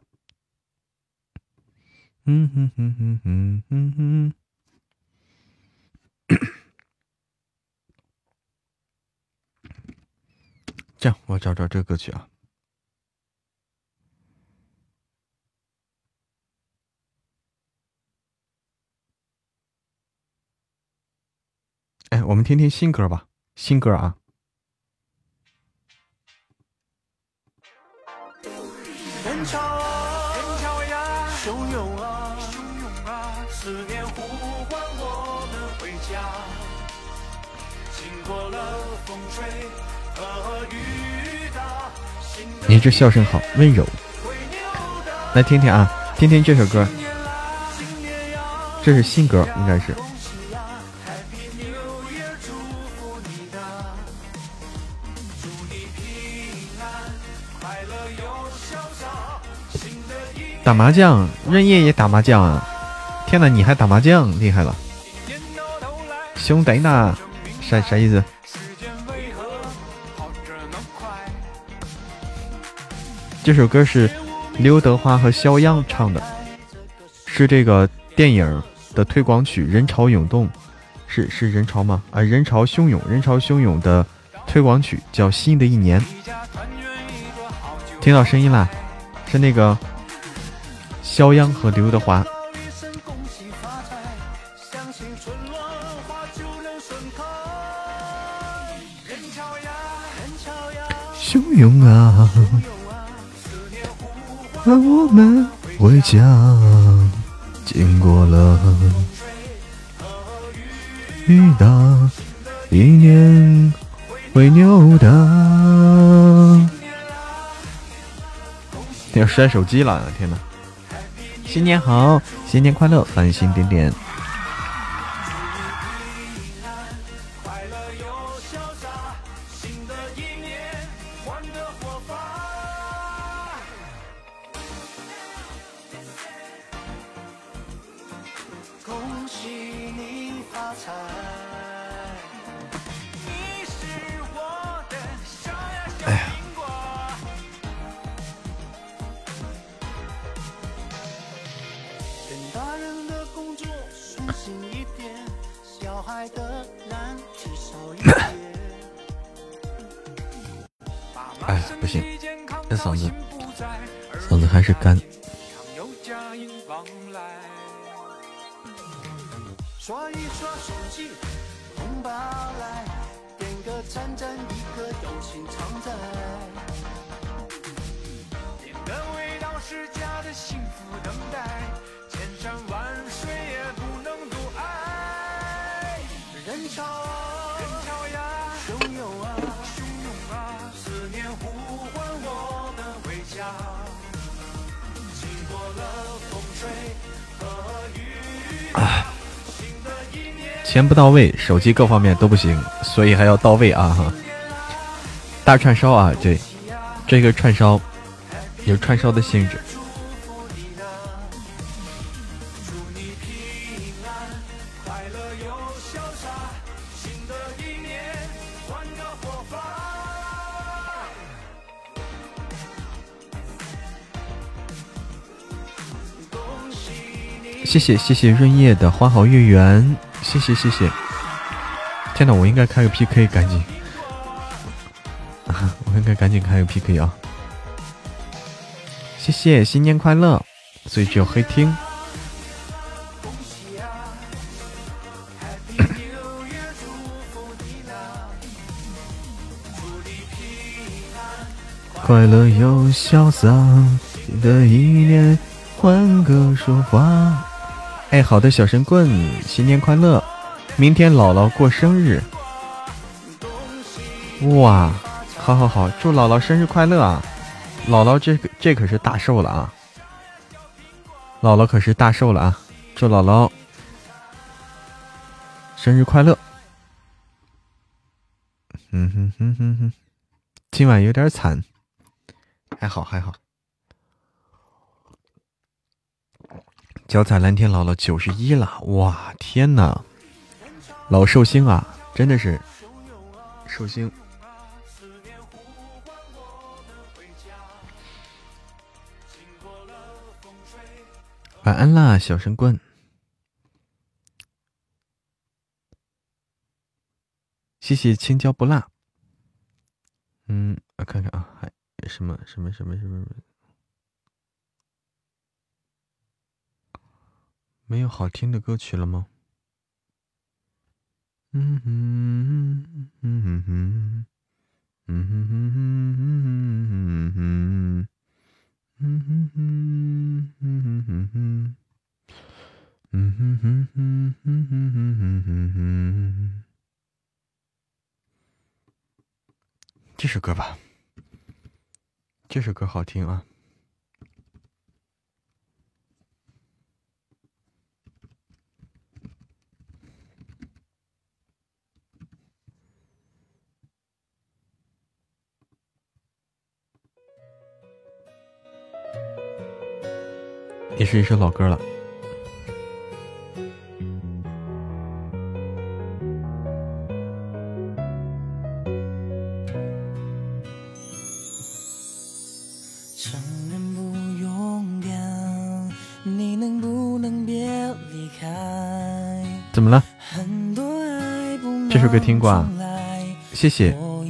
嗯哼哼哼哼哼哼。这样，我找找这个歌曲啊。哎，我们听听新歌吧，新歌啊。 人潮啊，人潮呀，汹涌啊，汹涌啊，思念呼唤我们回家。经过了风吹和雨打， 你这笑声好温柔。来听听啊，听听这首歌，这是新歌，应该是。打麻将，润叶也打麻将啊！天哪，你还打麻将，厉害了！兄弟呢？啥啥意思？这首歌是刘德华和肖央唱的，是这个电影的推广曲《人潮涌动》，是是人潮吗？啊，人潮汹涌，人潮汹涌的推广曲叫《新的一年》。听到声音啦，是那个肖央和刘德华。汹涌啊，让我们回家，经过了雨打，一年会扭打。要摔手机了，天哪！新年好，新年快乐，繁星点点。哎呀！哎，不行，这嗓子，嗓子还是干。刷一刷手机，红包来，点个赞赞，一个友情常在。甜的味道是家的幸福等待，千山万水也不能阻碍。人潮啊，人潮呀，汹涌啊，汹钱不到位，手机各方面都不行，所以还要到位啊哈。大串烧啊，对，这个串烧有串烧的性质。谢谢谢谢润叶的花好月圆，谢谢谢谢。天哪，我应该开个 P K， 赶紧啊！我应该赶紧开个 P K 啊！谢谢，新年快乐！所以只有黑听。快乐又潇洒，新的一年换个说法。哎，好的，小神棍，新年快乐！明天姥姥过生日，哇，好好好，祝姥姥生日快乐啊！姥姥这个这可是大寿了啊！姥姥可是大寿了啊！祝姥姥生日快乐！嗯哼哼哼哼，今晚有点惨，还好还好。脚踩蓝天，姥姥九十一了，哇，天哪，老寿星啊，真的是寿星。晚安啦，小神棍。谢谢青椒不辣。嗯，我看看啊，还什么什么什么什么。没有好听的歌曲了吗？嗯哼嗯哼嗯哼嗯哼嗯哼嗯哼嗯哼嗯哼嗯哼嗯哼，这首歌吧，这首歌好听啊。也是一首老歌了。 承认不勇敢，你能不能别离开？ 怎么了？这首歌听过啊？谢谢。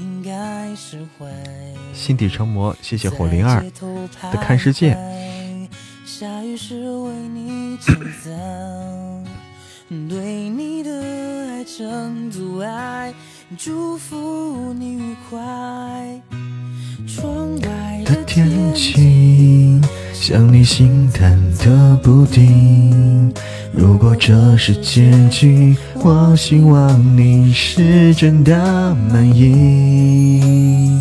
心底成魔，谢谢火灵儿的看世界。 下雨时为你撑伞，对你的爱成阻碍，祝福你愉快。窗外的天气像你心淡的布丁，如果这是结局，我希望你是真的满意。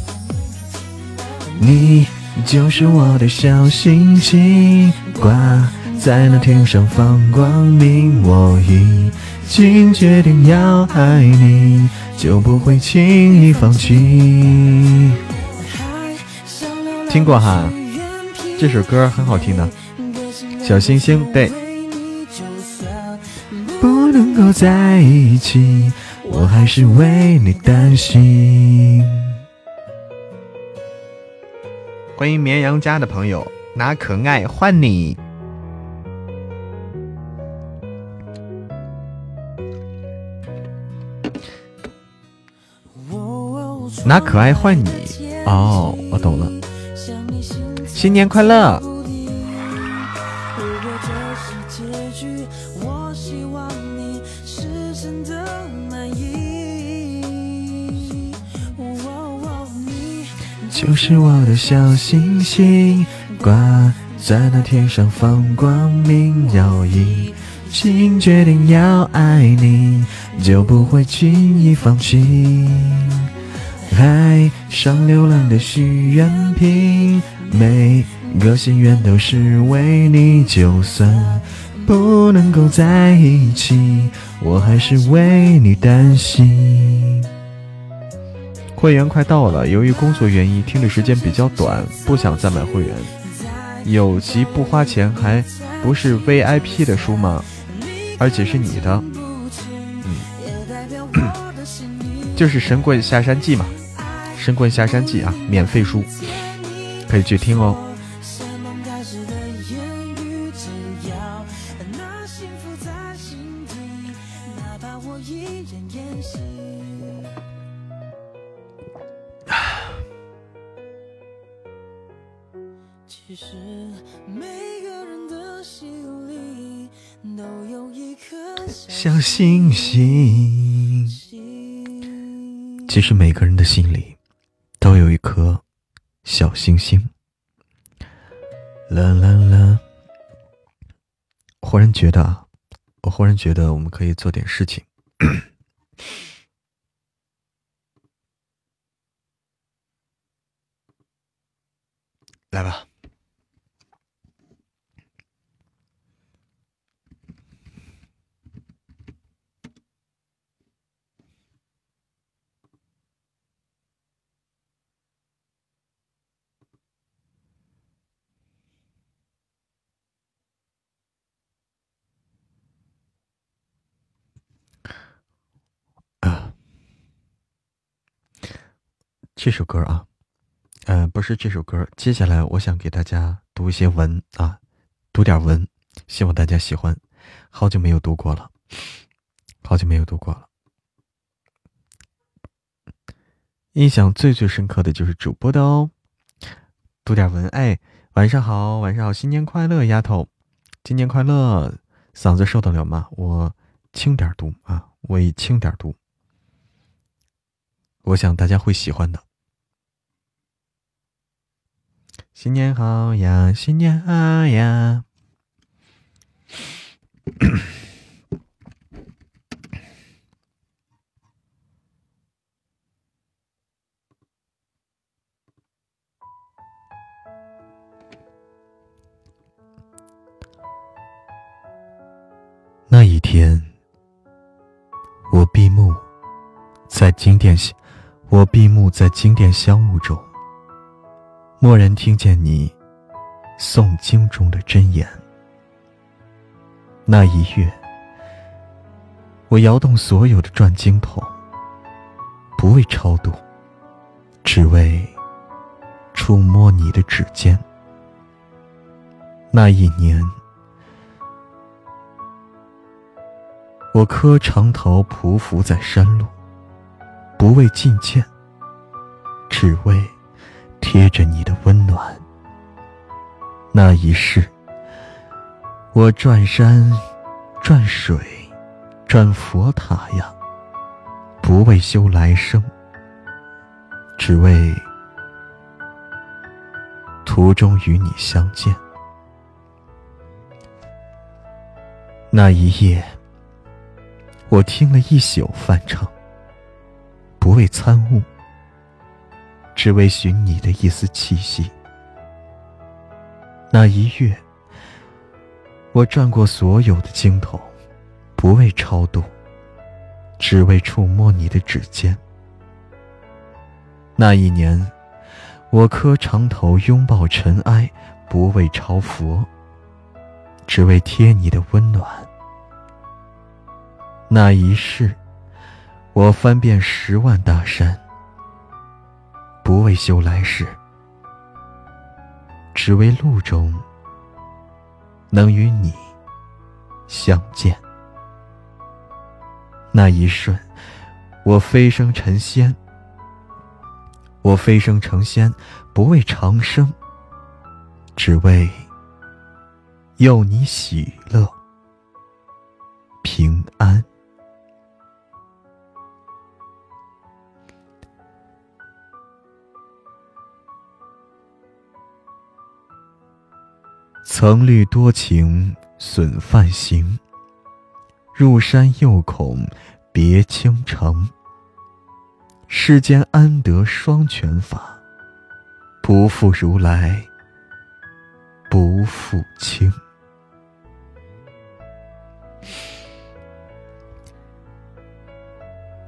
你就是我的小星星，挂在那天上放光明。我已经决定要爱你，就不会轻易放弃。听过哈，这首歌很好听的，小星星。对，不能够在一起，我还是为你担心。欢迎绵羊家的朋友，拿可爱换你。拿可爱换你。哦，我懂了。新年快乐！就是我的小星星，挂在那天上放光明。要已经决定要爱你，就不会轻易放弃。海上流浪的许愿瓶，每个心愿都是为你，就算不不能够在一起，我还是为你担心。会员快到了，由于工作原因听的时间比较短，不想再买会员。有集不花钱还不是 V I P 的书吗？而且是你的。嗯，就是神棍下山记嘛，神棍下山记啊，免费书可以去听哦。 其实每个人的心里都有一颗小星星，其实每个人的心里都有一颗小星星。啦啦啦！忽然觉得啊，我忽然觉得我们可以做点事情。来吧。啊，这首歌啊，呃，不是这首歌，接下来我想给大家读一些文啊，读点文，希望大家喜欢。好久没有读过了，好久没有读过了。印象最最深刻的就是主播的哦。读点文，哎，晚上好，晚上好，新年快乐，丫头，新年快乐，嗓子受得了吗？我轻点读啊，我以轻点读，我想大家会喜欢的。新年好呀，新年好呀。那一天，我闭目在经典，我闭目在经典香雾中，蓦然听见你诵经中的真言。那一月，我摇动所有的转经筒，不为超度，只为触摸你的指尖。那一年，我磕长桃匍匐在山路，不为觐见，只为贴着你的温暖。那一世，我转山转水转佛塔呀，不为修来生，只为途中与你相见。那一夜，我听了一宿梵唱，不为参悟，只为寻你的一丝气息。那一月，我转过所有的经筒，不为超度，只为触摸你的指尖。那一年，我磕长头拥抱尘埃，不为朝佛，只为贴你的温暖。那一世，我翻遍十万大山，不为修来世，只为路中能与你相见。那一瞬，我飞升成仙，我飞升成仙，不为长生，只为佑你喜乐平安。曾虑多情损梵行，入山又恐别倾城。世间安得双全法，不负如来不负卿。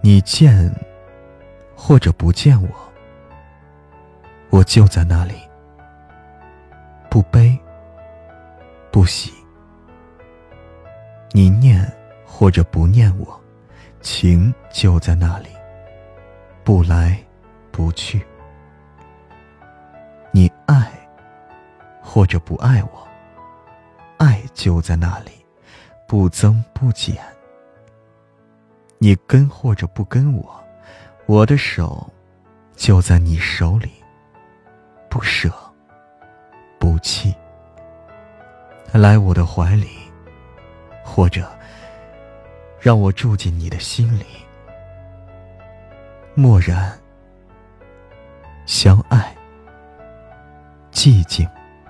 你见或者不见我，我就在那里，不悲不喜。你念或者不念我，情就在那里，不来不去。你爱或者不爱我，爱就在那里，不增不减。你跟或者不跟我，我的手就在你手里，不舍不弃。来我的怀里，或者让我住进你的心里，默然相爱，寂静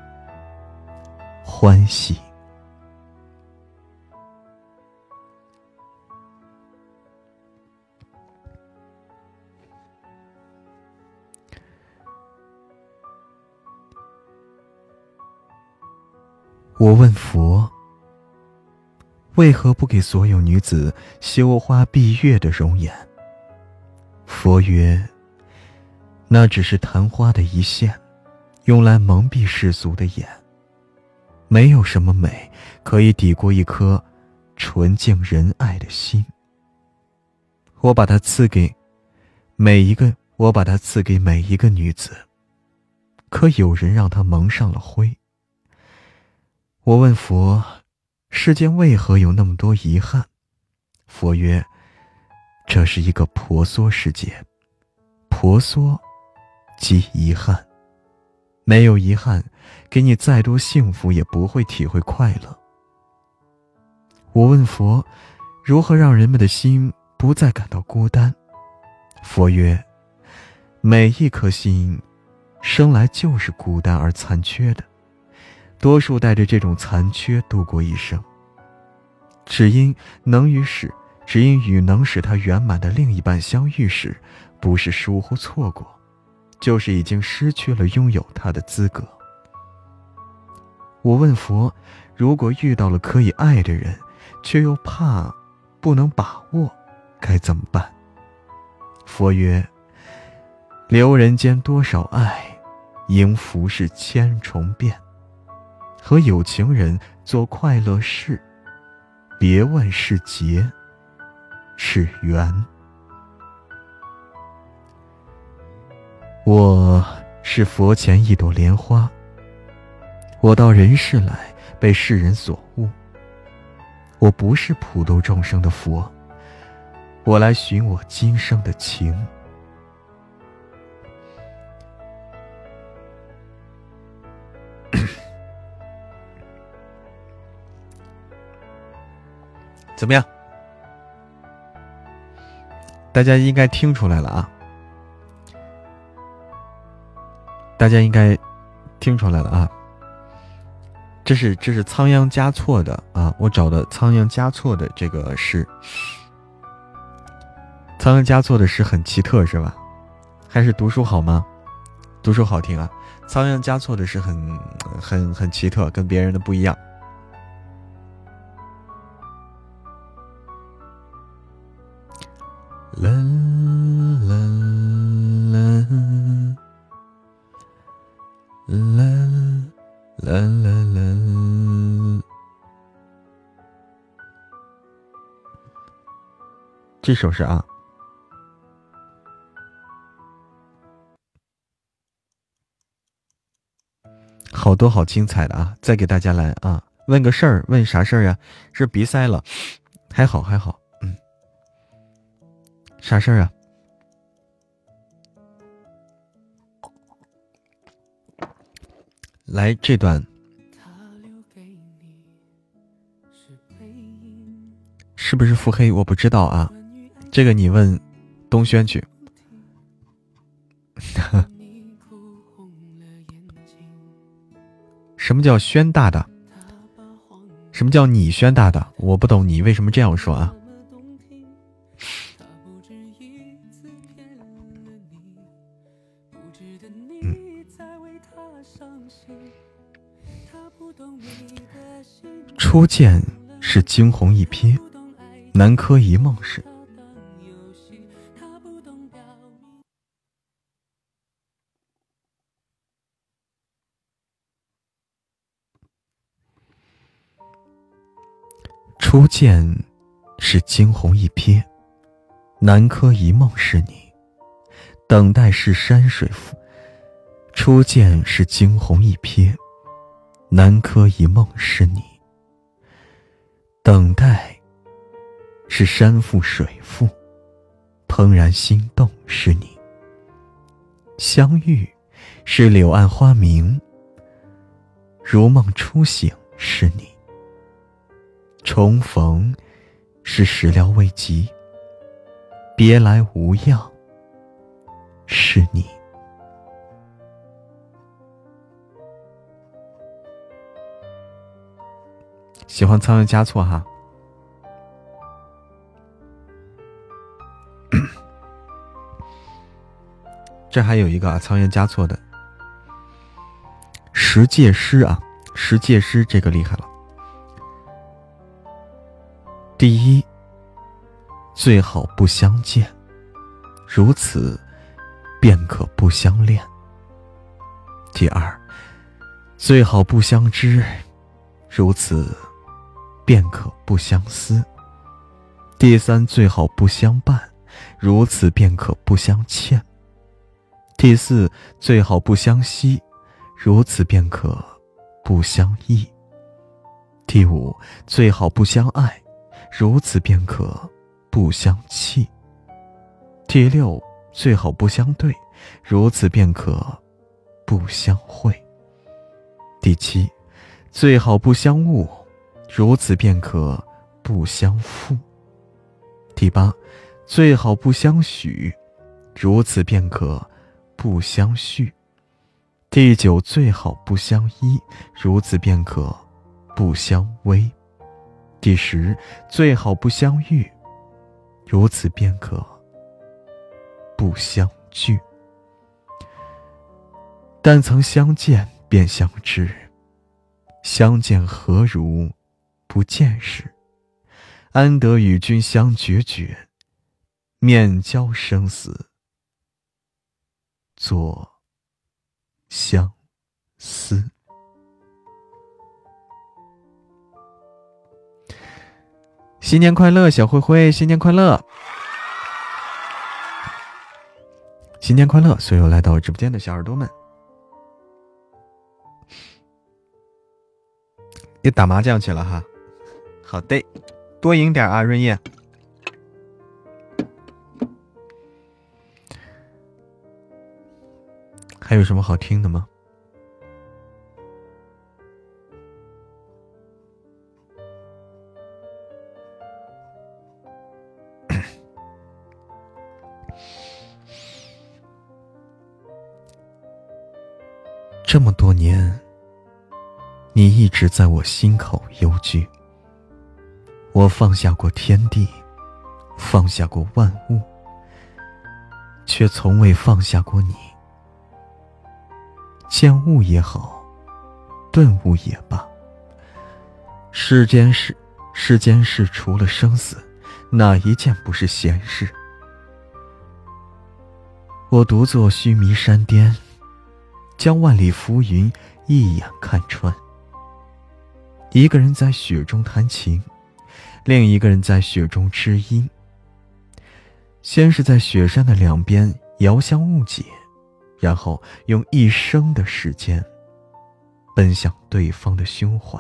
欢喜。我问佛，为何不给所有女子羞花闭月的容颜？佛曰，那只是昙花的一现，用来蒙蔽世俗的眼。没有什么美可以抵过一颗纯净仁爱的心。我把它赐给每一个我把它赐给每一个女子，可有人让它蒙上了灰。我问佛，世间为何有那么多遗憾？佛曰，这是一个婆娑世界，婆娑即遗憾。没有遗憾，给你再多幸福也不会体会快乐。我问佛，如何让人们的心不再感到孤单？佛曰，每一颗心生来就是孤单而残缺的，多数带着这种残缺度过一生。只因能与使只因与能使他圆满的另一半相遇时，不是疏忽错过，就是已经失去了拥有他的资格。我问佛，如果遇到了可以爱的人，却又怕不能把握，该怎么办？佛曰，留人间多少爱，应浮世千重变。和有情人做快乐事，别问是劫是缘。我是佛前一朵莲花，我到人世来被世人所误。我不是普度众生的佛，我来寻我今生的情。怎么样？大家应该听出来了啊！大家应该听出来了啊！这是这是仓央嘉措的啊，我找的仓央嘉措的这个诗。仓央嘉措的诗很奇特是吧？还是读书好吗？读书好听啊！仓央嘉措的诗很很很奇特，跟别人的不一样。啦啦啦啦啦啦啦，这首是啊，好多好精彩的啊！再给大家来啊，问个事儿，问啥事儿呀？是鼻塞了，还好还好。啥事儿啊？来这段，是不是腹黑？我不知道啊，这个你问东轩去。什么叫轩大大？什么叫你轩大大？我不懂你为什么这样说啊？初见是惊鸿一瞥，南柯一梦时， 初见是惊鸿一瞥，南柯一梦是你，等待是山水浮。初见是惊鸿一瞥，南柯一梦是你，等待是山复水复，怦然心动是你。相遇是柳暗花明，如梦初醒是你。重逢是始料未及，别来无恙是你。喜欢仓央嘉措哈。这还有一个啊，仓央嘉措的十戒诗啊，十戒诗这个厉害了。第一，最好不相见，如此便可不相恋。第二，最好不相知，如此便可不相思。第三，最好不相伴，如此便可不相欠。第四，最好不相惜，如此便可不相忆。第五，最好不相爱，如此便可不相弃。第六，最好不相对，如此便可不相会。第七，最好不相误，如此便可不相负。第八，最好不相许，如此便可不相续。第九，最好不相依，如此便可不相偎。第十，最好不相遇，如此便可不相聚。但曾相见便相知，相见何如不见时。安得与君相决绝，面交生死作相思。新年快乐，小灰灰，新年快乐，新年快乐，所有来到直播间的小耳朵们。也打麻将去了哈，好的，多赢点啊，润叶。还有什么好听的吗？这么多年，你一直在我心口幽居。我放下过天地，放下过万物，却从未放下过你。见物也好，顿悟也罢，世间事世间事除了生死，哪一件不是闲事？我独坐须弥山巅，将万里浮云一眼看穿。一个人在雪中弹琴，另一个人在雪中知音。先是在雪山的两边遥相误解，然后用一生的时间奔向对方的胸怀。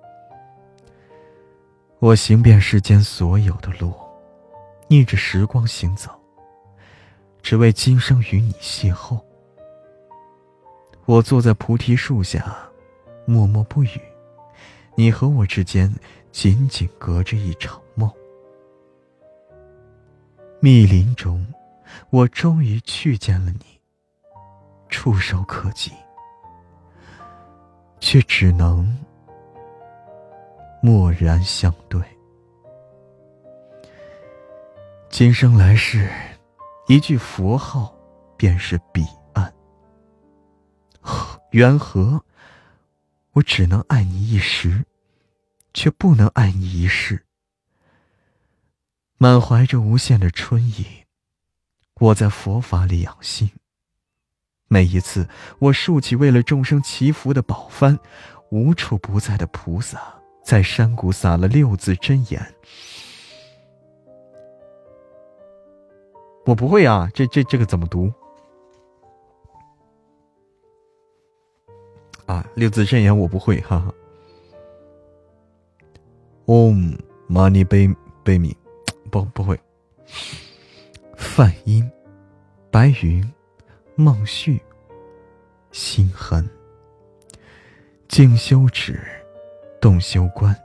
我行遍世间所有的路，逆着时光行走，只为今生与你邂逅。我坐在菩提树下，默默不语，你和我之间仅仅隔着一场梦。密林中，我终于去见了你，触手可及，却只能默然相对。今生来世，一句佛号便是彼岸。缘何我只能爱你一时，却不能爱你一世？满怀着无限的春意，我在佛法里养心。每一次我竖起为了众生祈福的宝幡，无处不在的菩萨在山谷撒了六字真言。我不会啊，这这这个怎么读啊？六字真言我不会，哈哈。Om Mani Padme，不不会。梵音、白云、梦绪、心痕。静修止，动修观。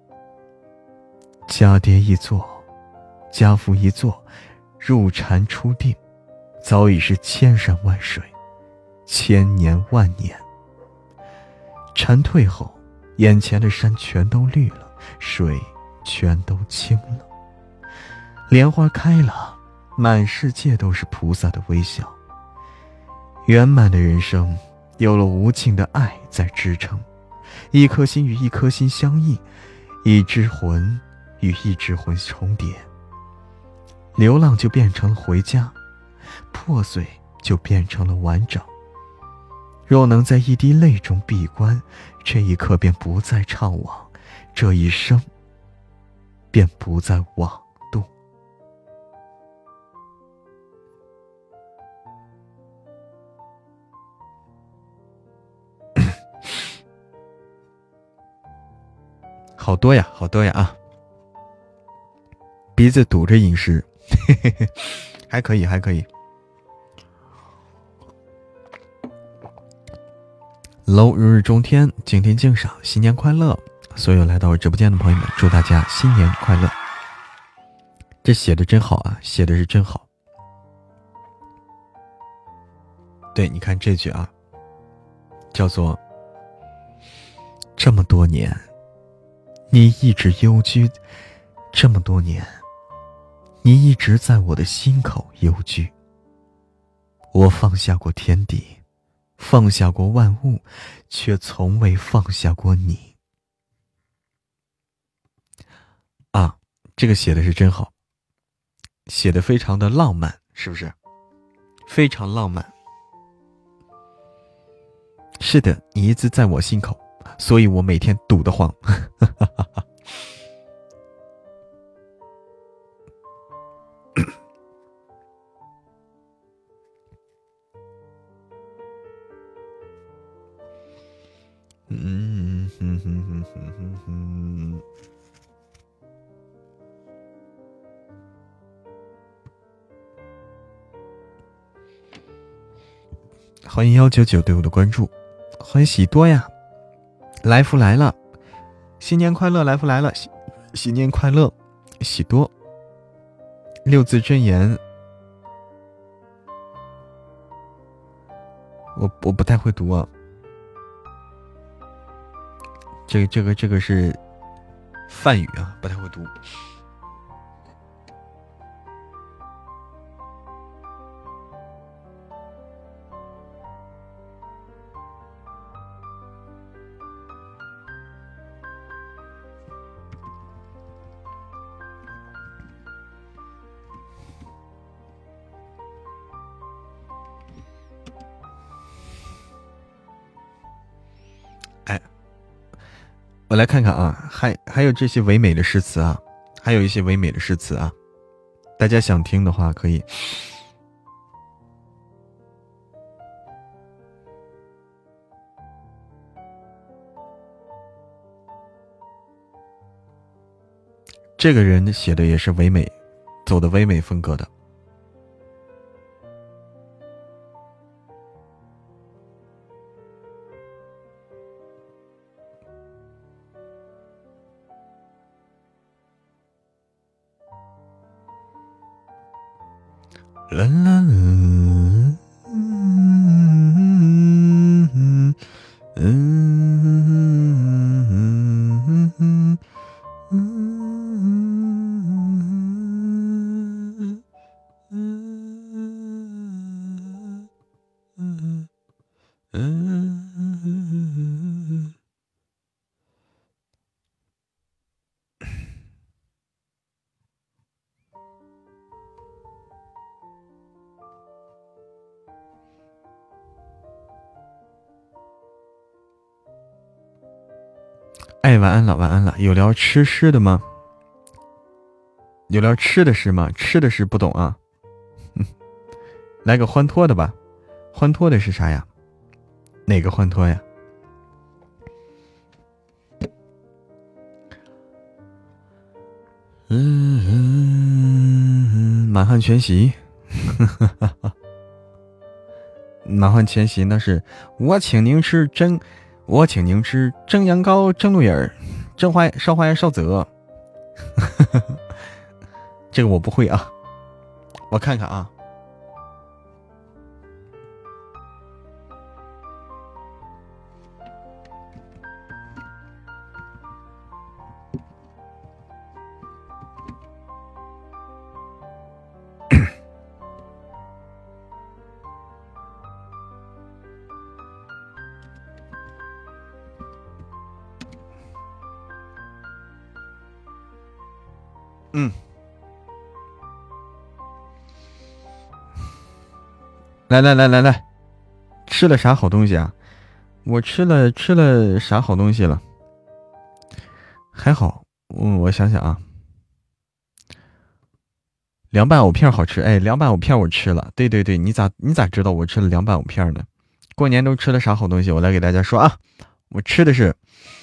家跌一坐，家伏一坐，入禅出定，早已是千山万水，千年万年。禅退后，眼前的山全都绿了，水全都清了，莲花开了，满世界都是菩萨的微笑。圆满的人生有了无尽的爱在支撑，一颗心与一颗心相应，一只魂与一只魂重叠。流浪就变成了回家，破碎就变成了完整。若能在一滴泪中闭关，这一刻便不再怅惘，这一生便不再枉度。好多呀，好多呀啊！鼻子堵着饮食，嘿嘿嘿，还可以，还可以。喽，如日中天，敬天敬赏，新年快乐！所有来到我直播间的朋友们，祝大家新年快乐！这写的真好啊，写的是真好。对，你看这句啊，叫做这么多年，你一直幽居，这么多年，你一直在我的心口幽居。我放下过天地，放下过万物，却从未放下过你。啊，这个写的是真好，写的非常的浪漫，是不是？非常浪漫。是的，你一直在我心口，所以我每天堵得慌。嗯哼哼哼哼哼哼。欢迎幺九九对我的关注，欢迎喜多呀，来福来了，新年快乐，来福来了，新新年快乐，喜多。六字真言，我我不太会读啊。这个这个这个是梵语啊，不太会读。哎，我来看看啊，还还有这些唯美的诗词啊，还有一些唯美的诗词啊，大家想听的话可以。这个人写的也是唯美，走的唯美风格的。啦啦啦，嗯嗯嗯嗯嗯嗯。 哎，晚安了，晚安了。有聊吃诗的吗？有聊吃的诗吗？吃的诗不懂啊。嗯，来个欢脱的吧。欢脱的是啥呀？哪个欢脱呀？嗯，满汉全席。满汉全席那是我请您吃蒸，我请您吃蒸羊羔、蒸鹿眼儿、蒸花烧花鸭、烧泽。这个我不会啊，我看看啊。嗯，来来来来来，吃了啥好东西啊？我吃了吃了啥好东西了？还好，嗯，我想想啊，凉拌藕片好吃。哎，凉拌藕片我吃了。对对对，你咋你咋知道我吃了凉拌藕片呢？过年都吃了啥好东西？我来给大家说啊，我吃的是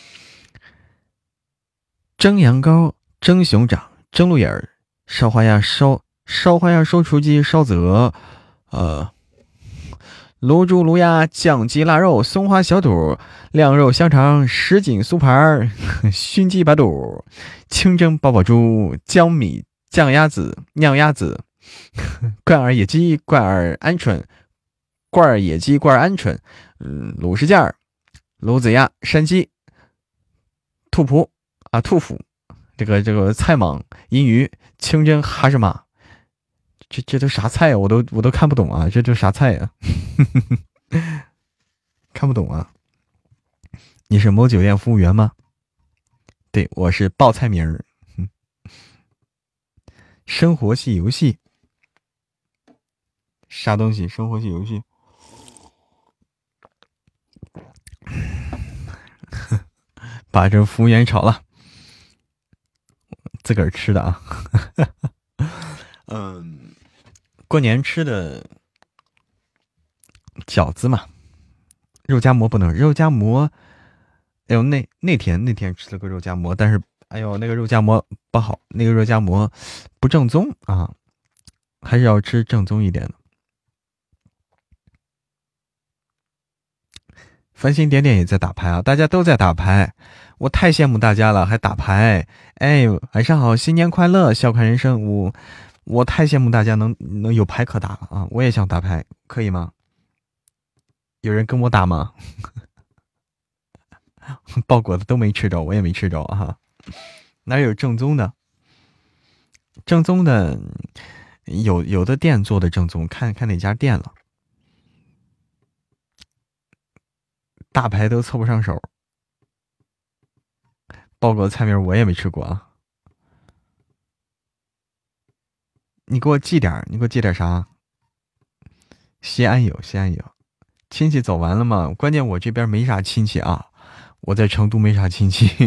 蒸羊羔、蒸熊掌、蒸鹿眼儿、烧花鸭、烧烧花鸭、烧雏鸡、烧泽，呃，卤猪、卤鸭、酱鸡、腊肉、松花小肚、晾肉香肠、什锦酥盘、熏鸡白肚、清蒸宝宝猪、江米酱鸭子、酿鸭子、罐儿野鸡、罐儿鹌鹑、罐儿野鸡、罐儿鹌鹑，嗯，卤什件儿、卤子鸭、山鸡、兔脯啊、兔脯，这个这个菜蟒、银鱼、清蒸哈什马。这这都啥菜啊？我都我都看不懂啊！这都啥菜啊？看不懂啊！你是某酒店服务员吗？对，我是报菜名儿。生活系游戏，啥东西？生活系游戏，把这服务员炒了，自个儿吃的啊。嗯，过年吃的饺子嘛，肉夹馍不能，肉夹馍，哎呦，那那天那天吃了个肉夹馍，但是哎呦，那个肉夹馍不好，那个肉夹馍不正宗啊，还是要吃正宗一点的。繁星点点也在打牌啊，大家都在打牌，我太羡慕大家了，还打牌。哎，晚上好，新年快乐，笑看人生。我我太羡慕大家能能有牌可打了啊！我也想打牌，可以吗？有人跟我打吗？包裹的都没吃着，我也没吃着啊。哪有正宗的？正宗的有有的店做的正宗，看看哪家店了。大牌都凑不上手，包裹的菜名我也没吃过啊。你给我寄点，你给我寄点啥？西安有，西安有。亲戚走完了吗？关键我这边没啥亲戚啊，我在成都没啥亲戚。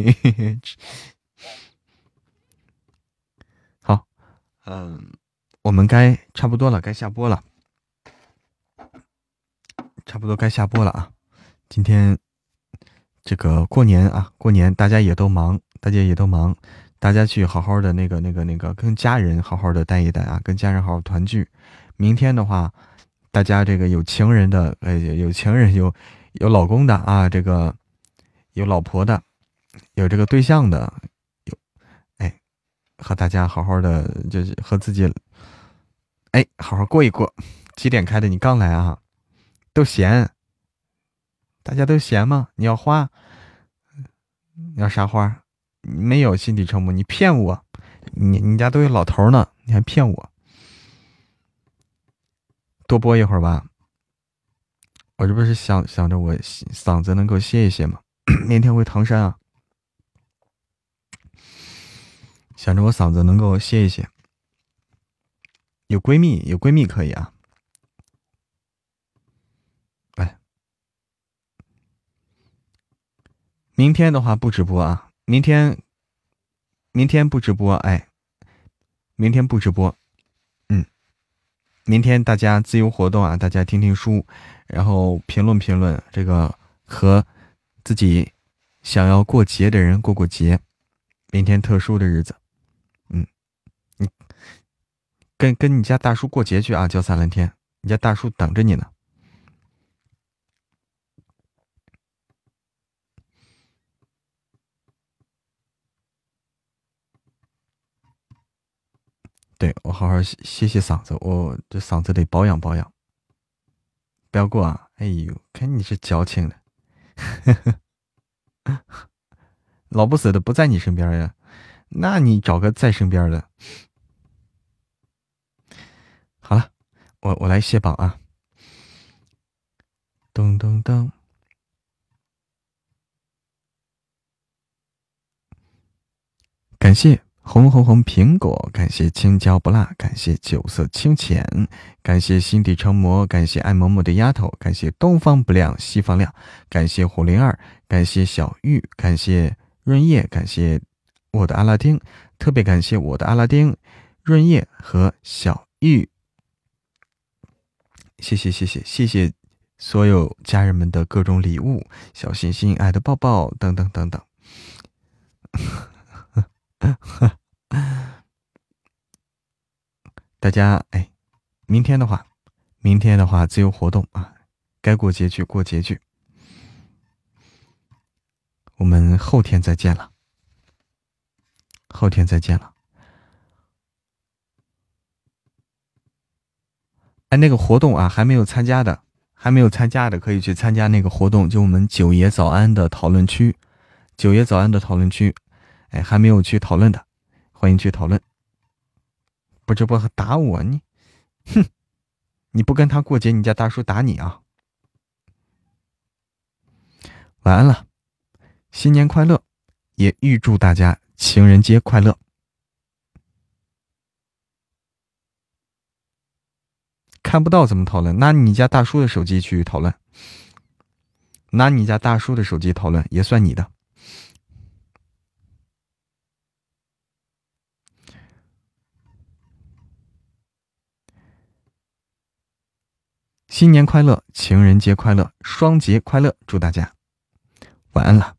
好，嗯，我们该差不多了，该下播了，差不多该下播了啊。今天这个过年啊，过年大家也都忙，大家也都忙，大家去好好的那个那个那个跟家人好好的待一待啊，跟家人好好团聚。明天的话，大家这个有情人的，呃，有情人有有老公的啊，这个有老婆的，有这个对象的，有，哎，和大家好好的，就是和自己，哎，好好过一过。几点开的？你刚来啊？都闲。大家都闲吗？你要花，你要啥花？没有心底沉默，你骗我，你你家都有老头呢，你还骗我？多播一会儿吧，我这不是想想着我嗓子能够歇一歇吗？明天回唐山啊，想着我嗓子能够歇一歇。有闺蜜，有闺蜜可以啊。明天的话不直播啊， 明天明天不直播，哎，明天不直播。嗯，明天大家自由活动啊，大家听听书，然后评论评论这个和自己想要过节的人过过节。明天特殊的日子，嗯，你跟跟你家大叔过节去啊，叫三蓝天，你家大叔等着你呢。对，我好好歇歇嗓子，我这嗓子得保养保养。不要过啊！哎呦，看你是矫情的，老不死的不在你身边呀，那你找个在身边的。好了，我我来卸榜啊！噔噔噔。感谢红红红苹果，感谢青椒不辣，感谢酒色清浅，感谢心底成魔，感谢爱嬷嬷的丫头，感谢东方不亮西方亮，感谢虎灵儿，感谢小玉，感谢润叶，感谢我的阿拉丁，特别感谢我的阿拉丁、润叶和小玉。谢谢谢谢谢谢所有家人们的各种礼物，小心心、爱的抱抱等等等等。大家哎，明天的话，明天的话自由活动啊，该过节去过节去。我们后天再见了，后天再见了。哎，那个活动啊，还没有参加的，还没有参加的可以去参加那个活动，就我们九爷早安的讨论区，九爷早安的讨论区。哎，还没有去讨论的，欢迎去讨论。不直播打我你，哼！你不跟他过节，你家大叔打你啊！晚安了，新年快乐，也预祝大家情人节快乐。看不到怎么讨论？拿你家大叔的手机去讨论，拿你家大叔的手机讨论也算你的。新年快乐，情人节快乐，双节快乐，祝大家晚安了。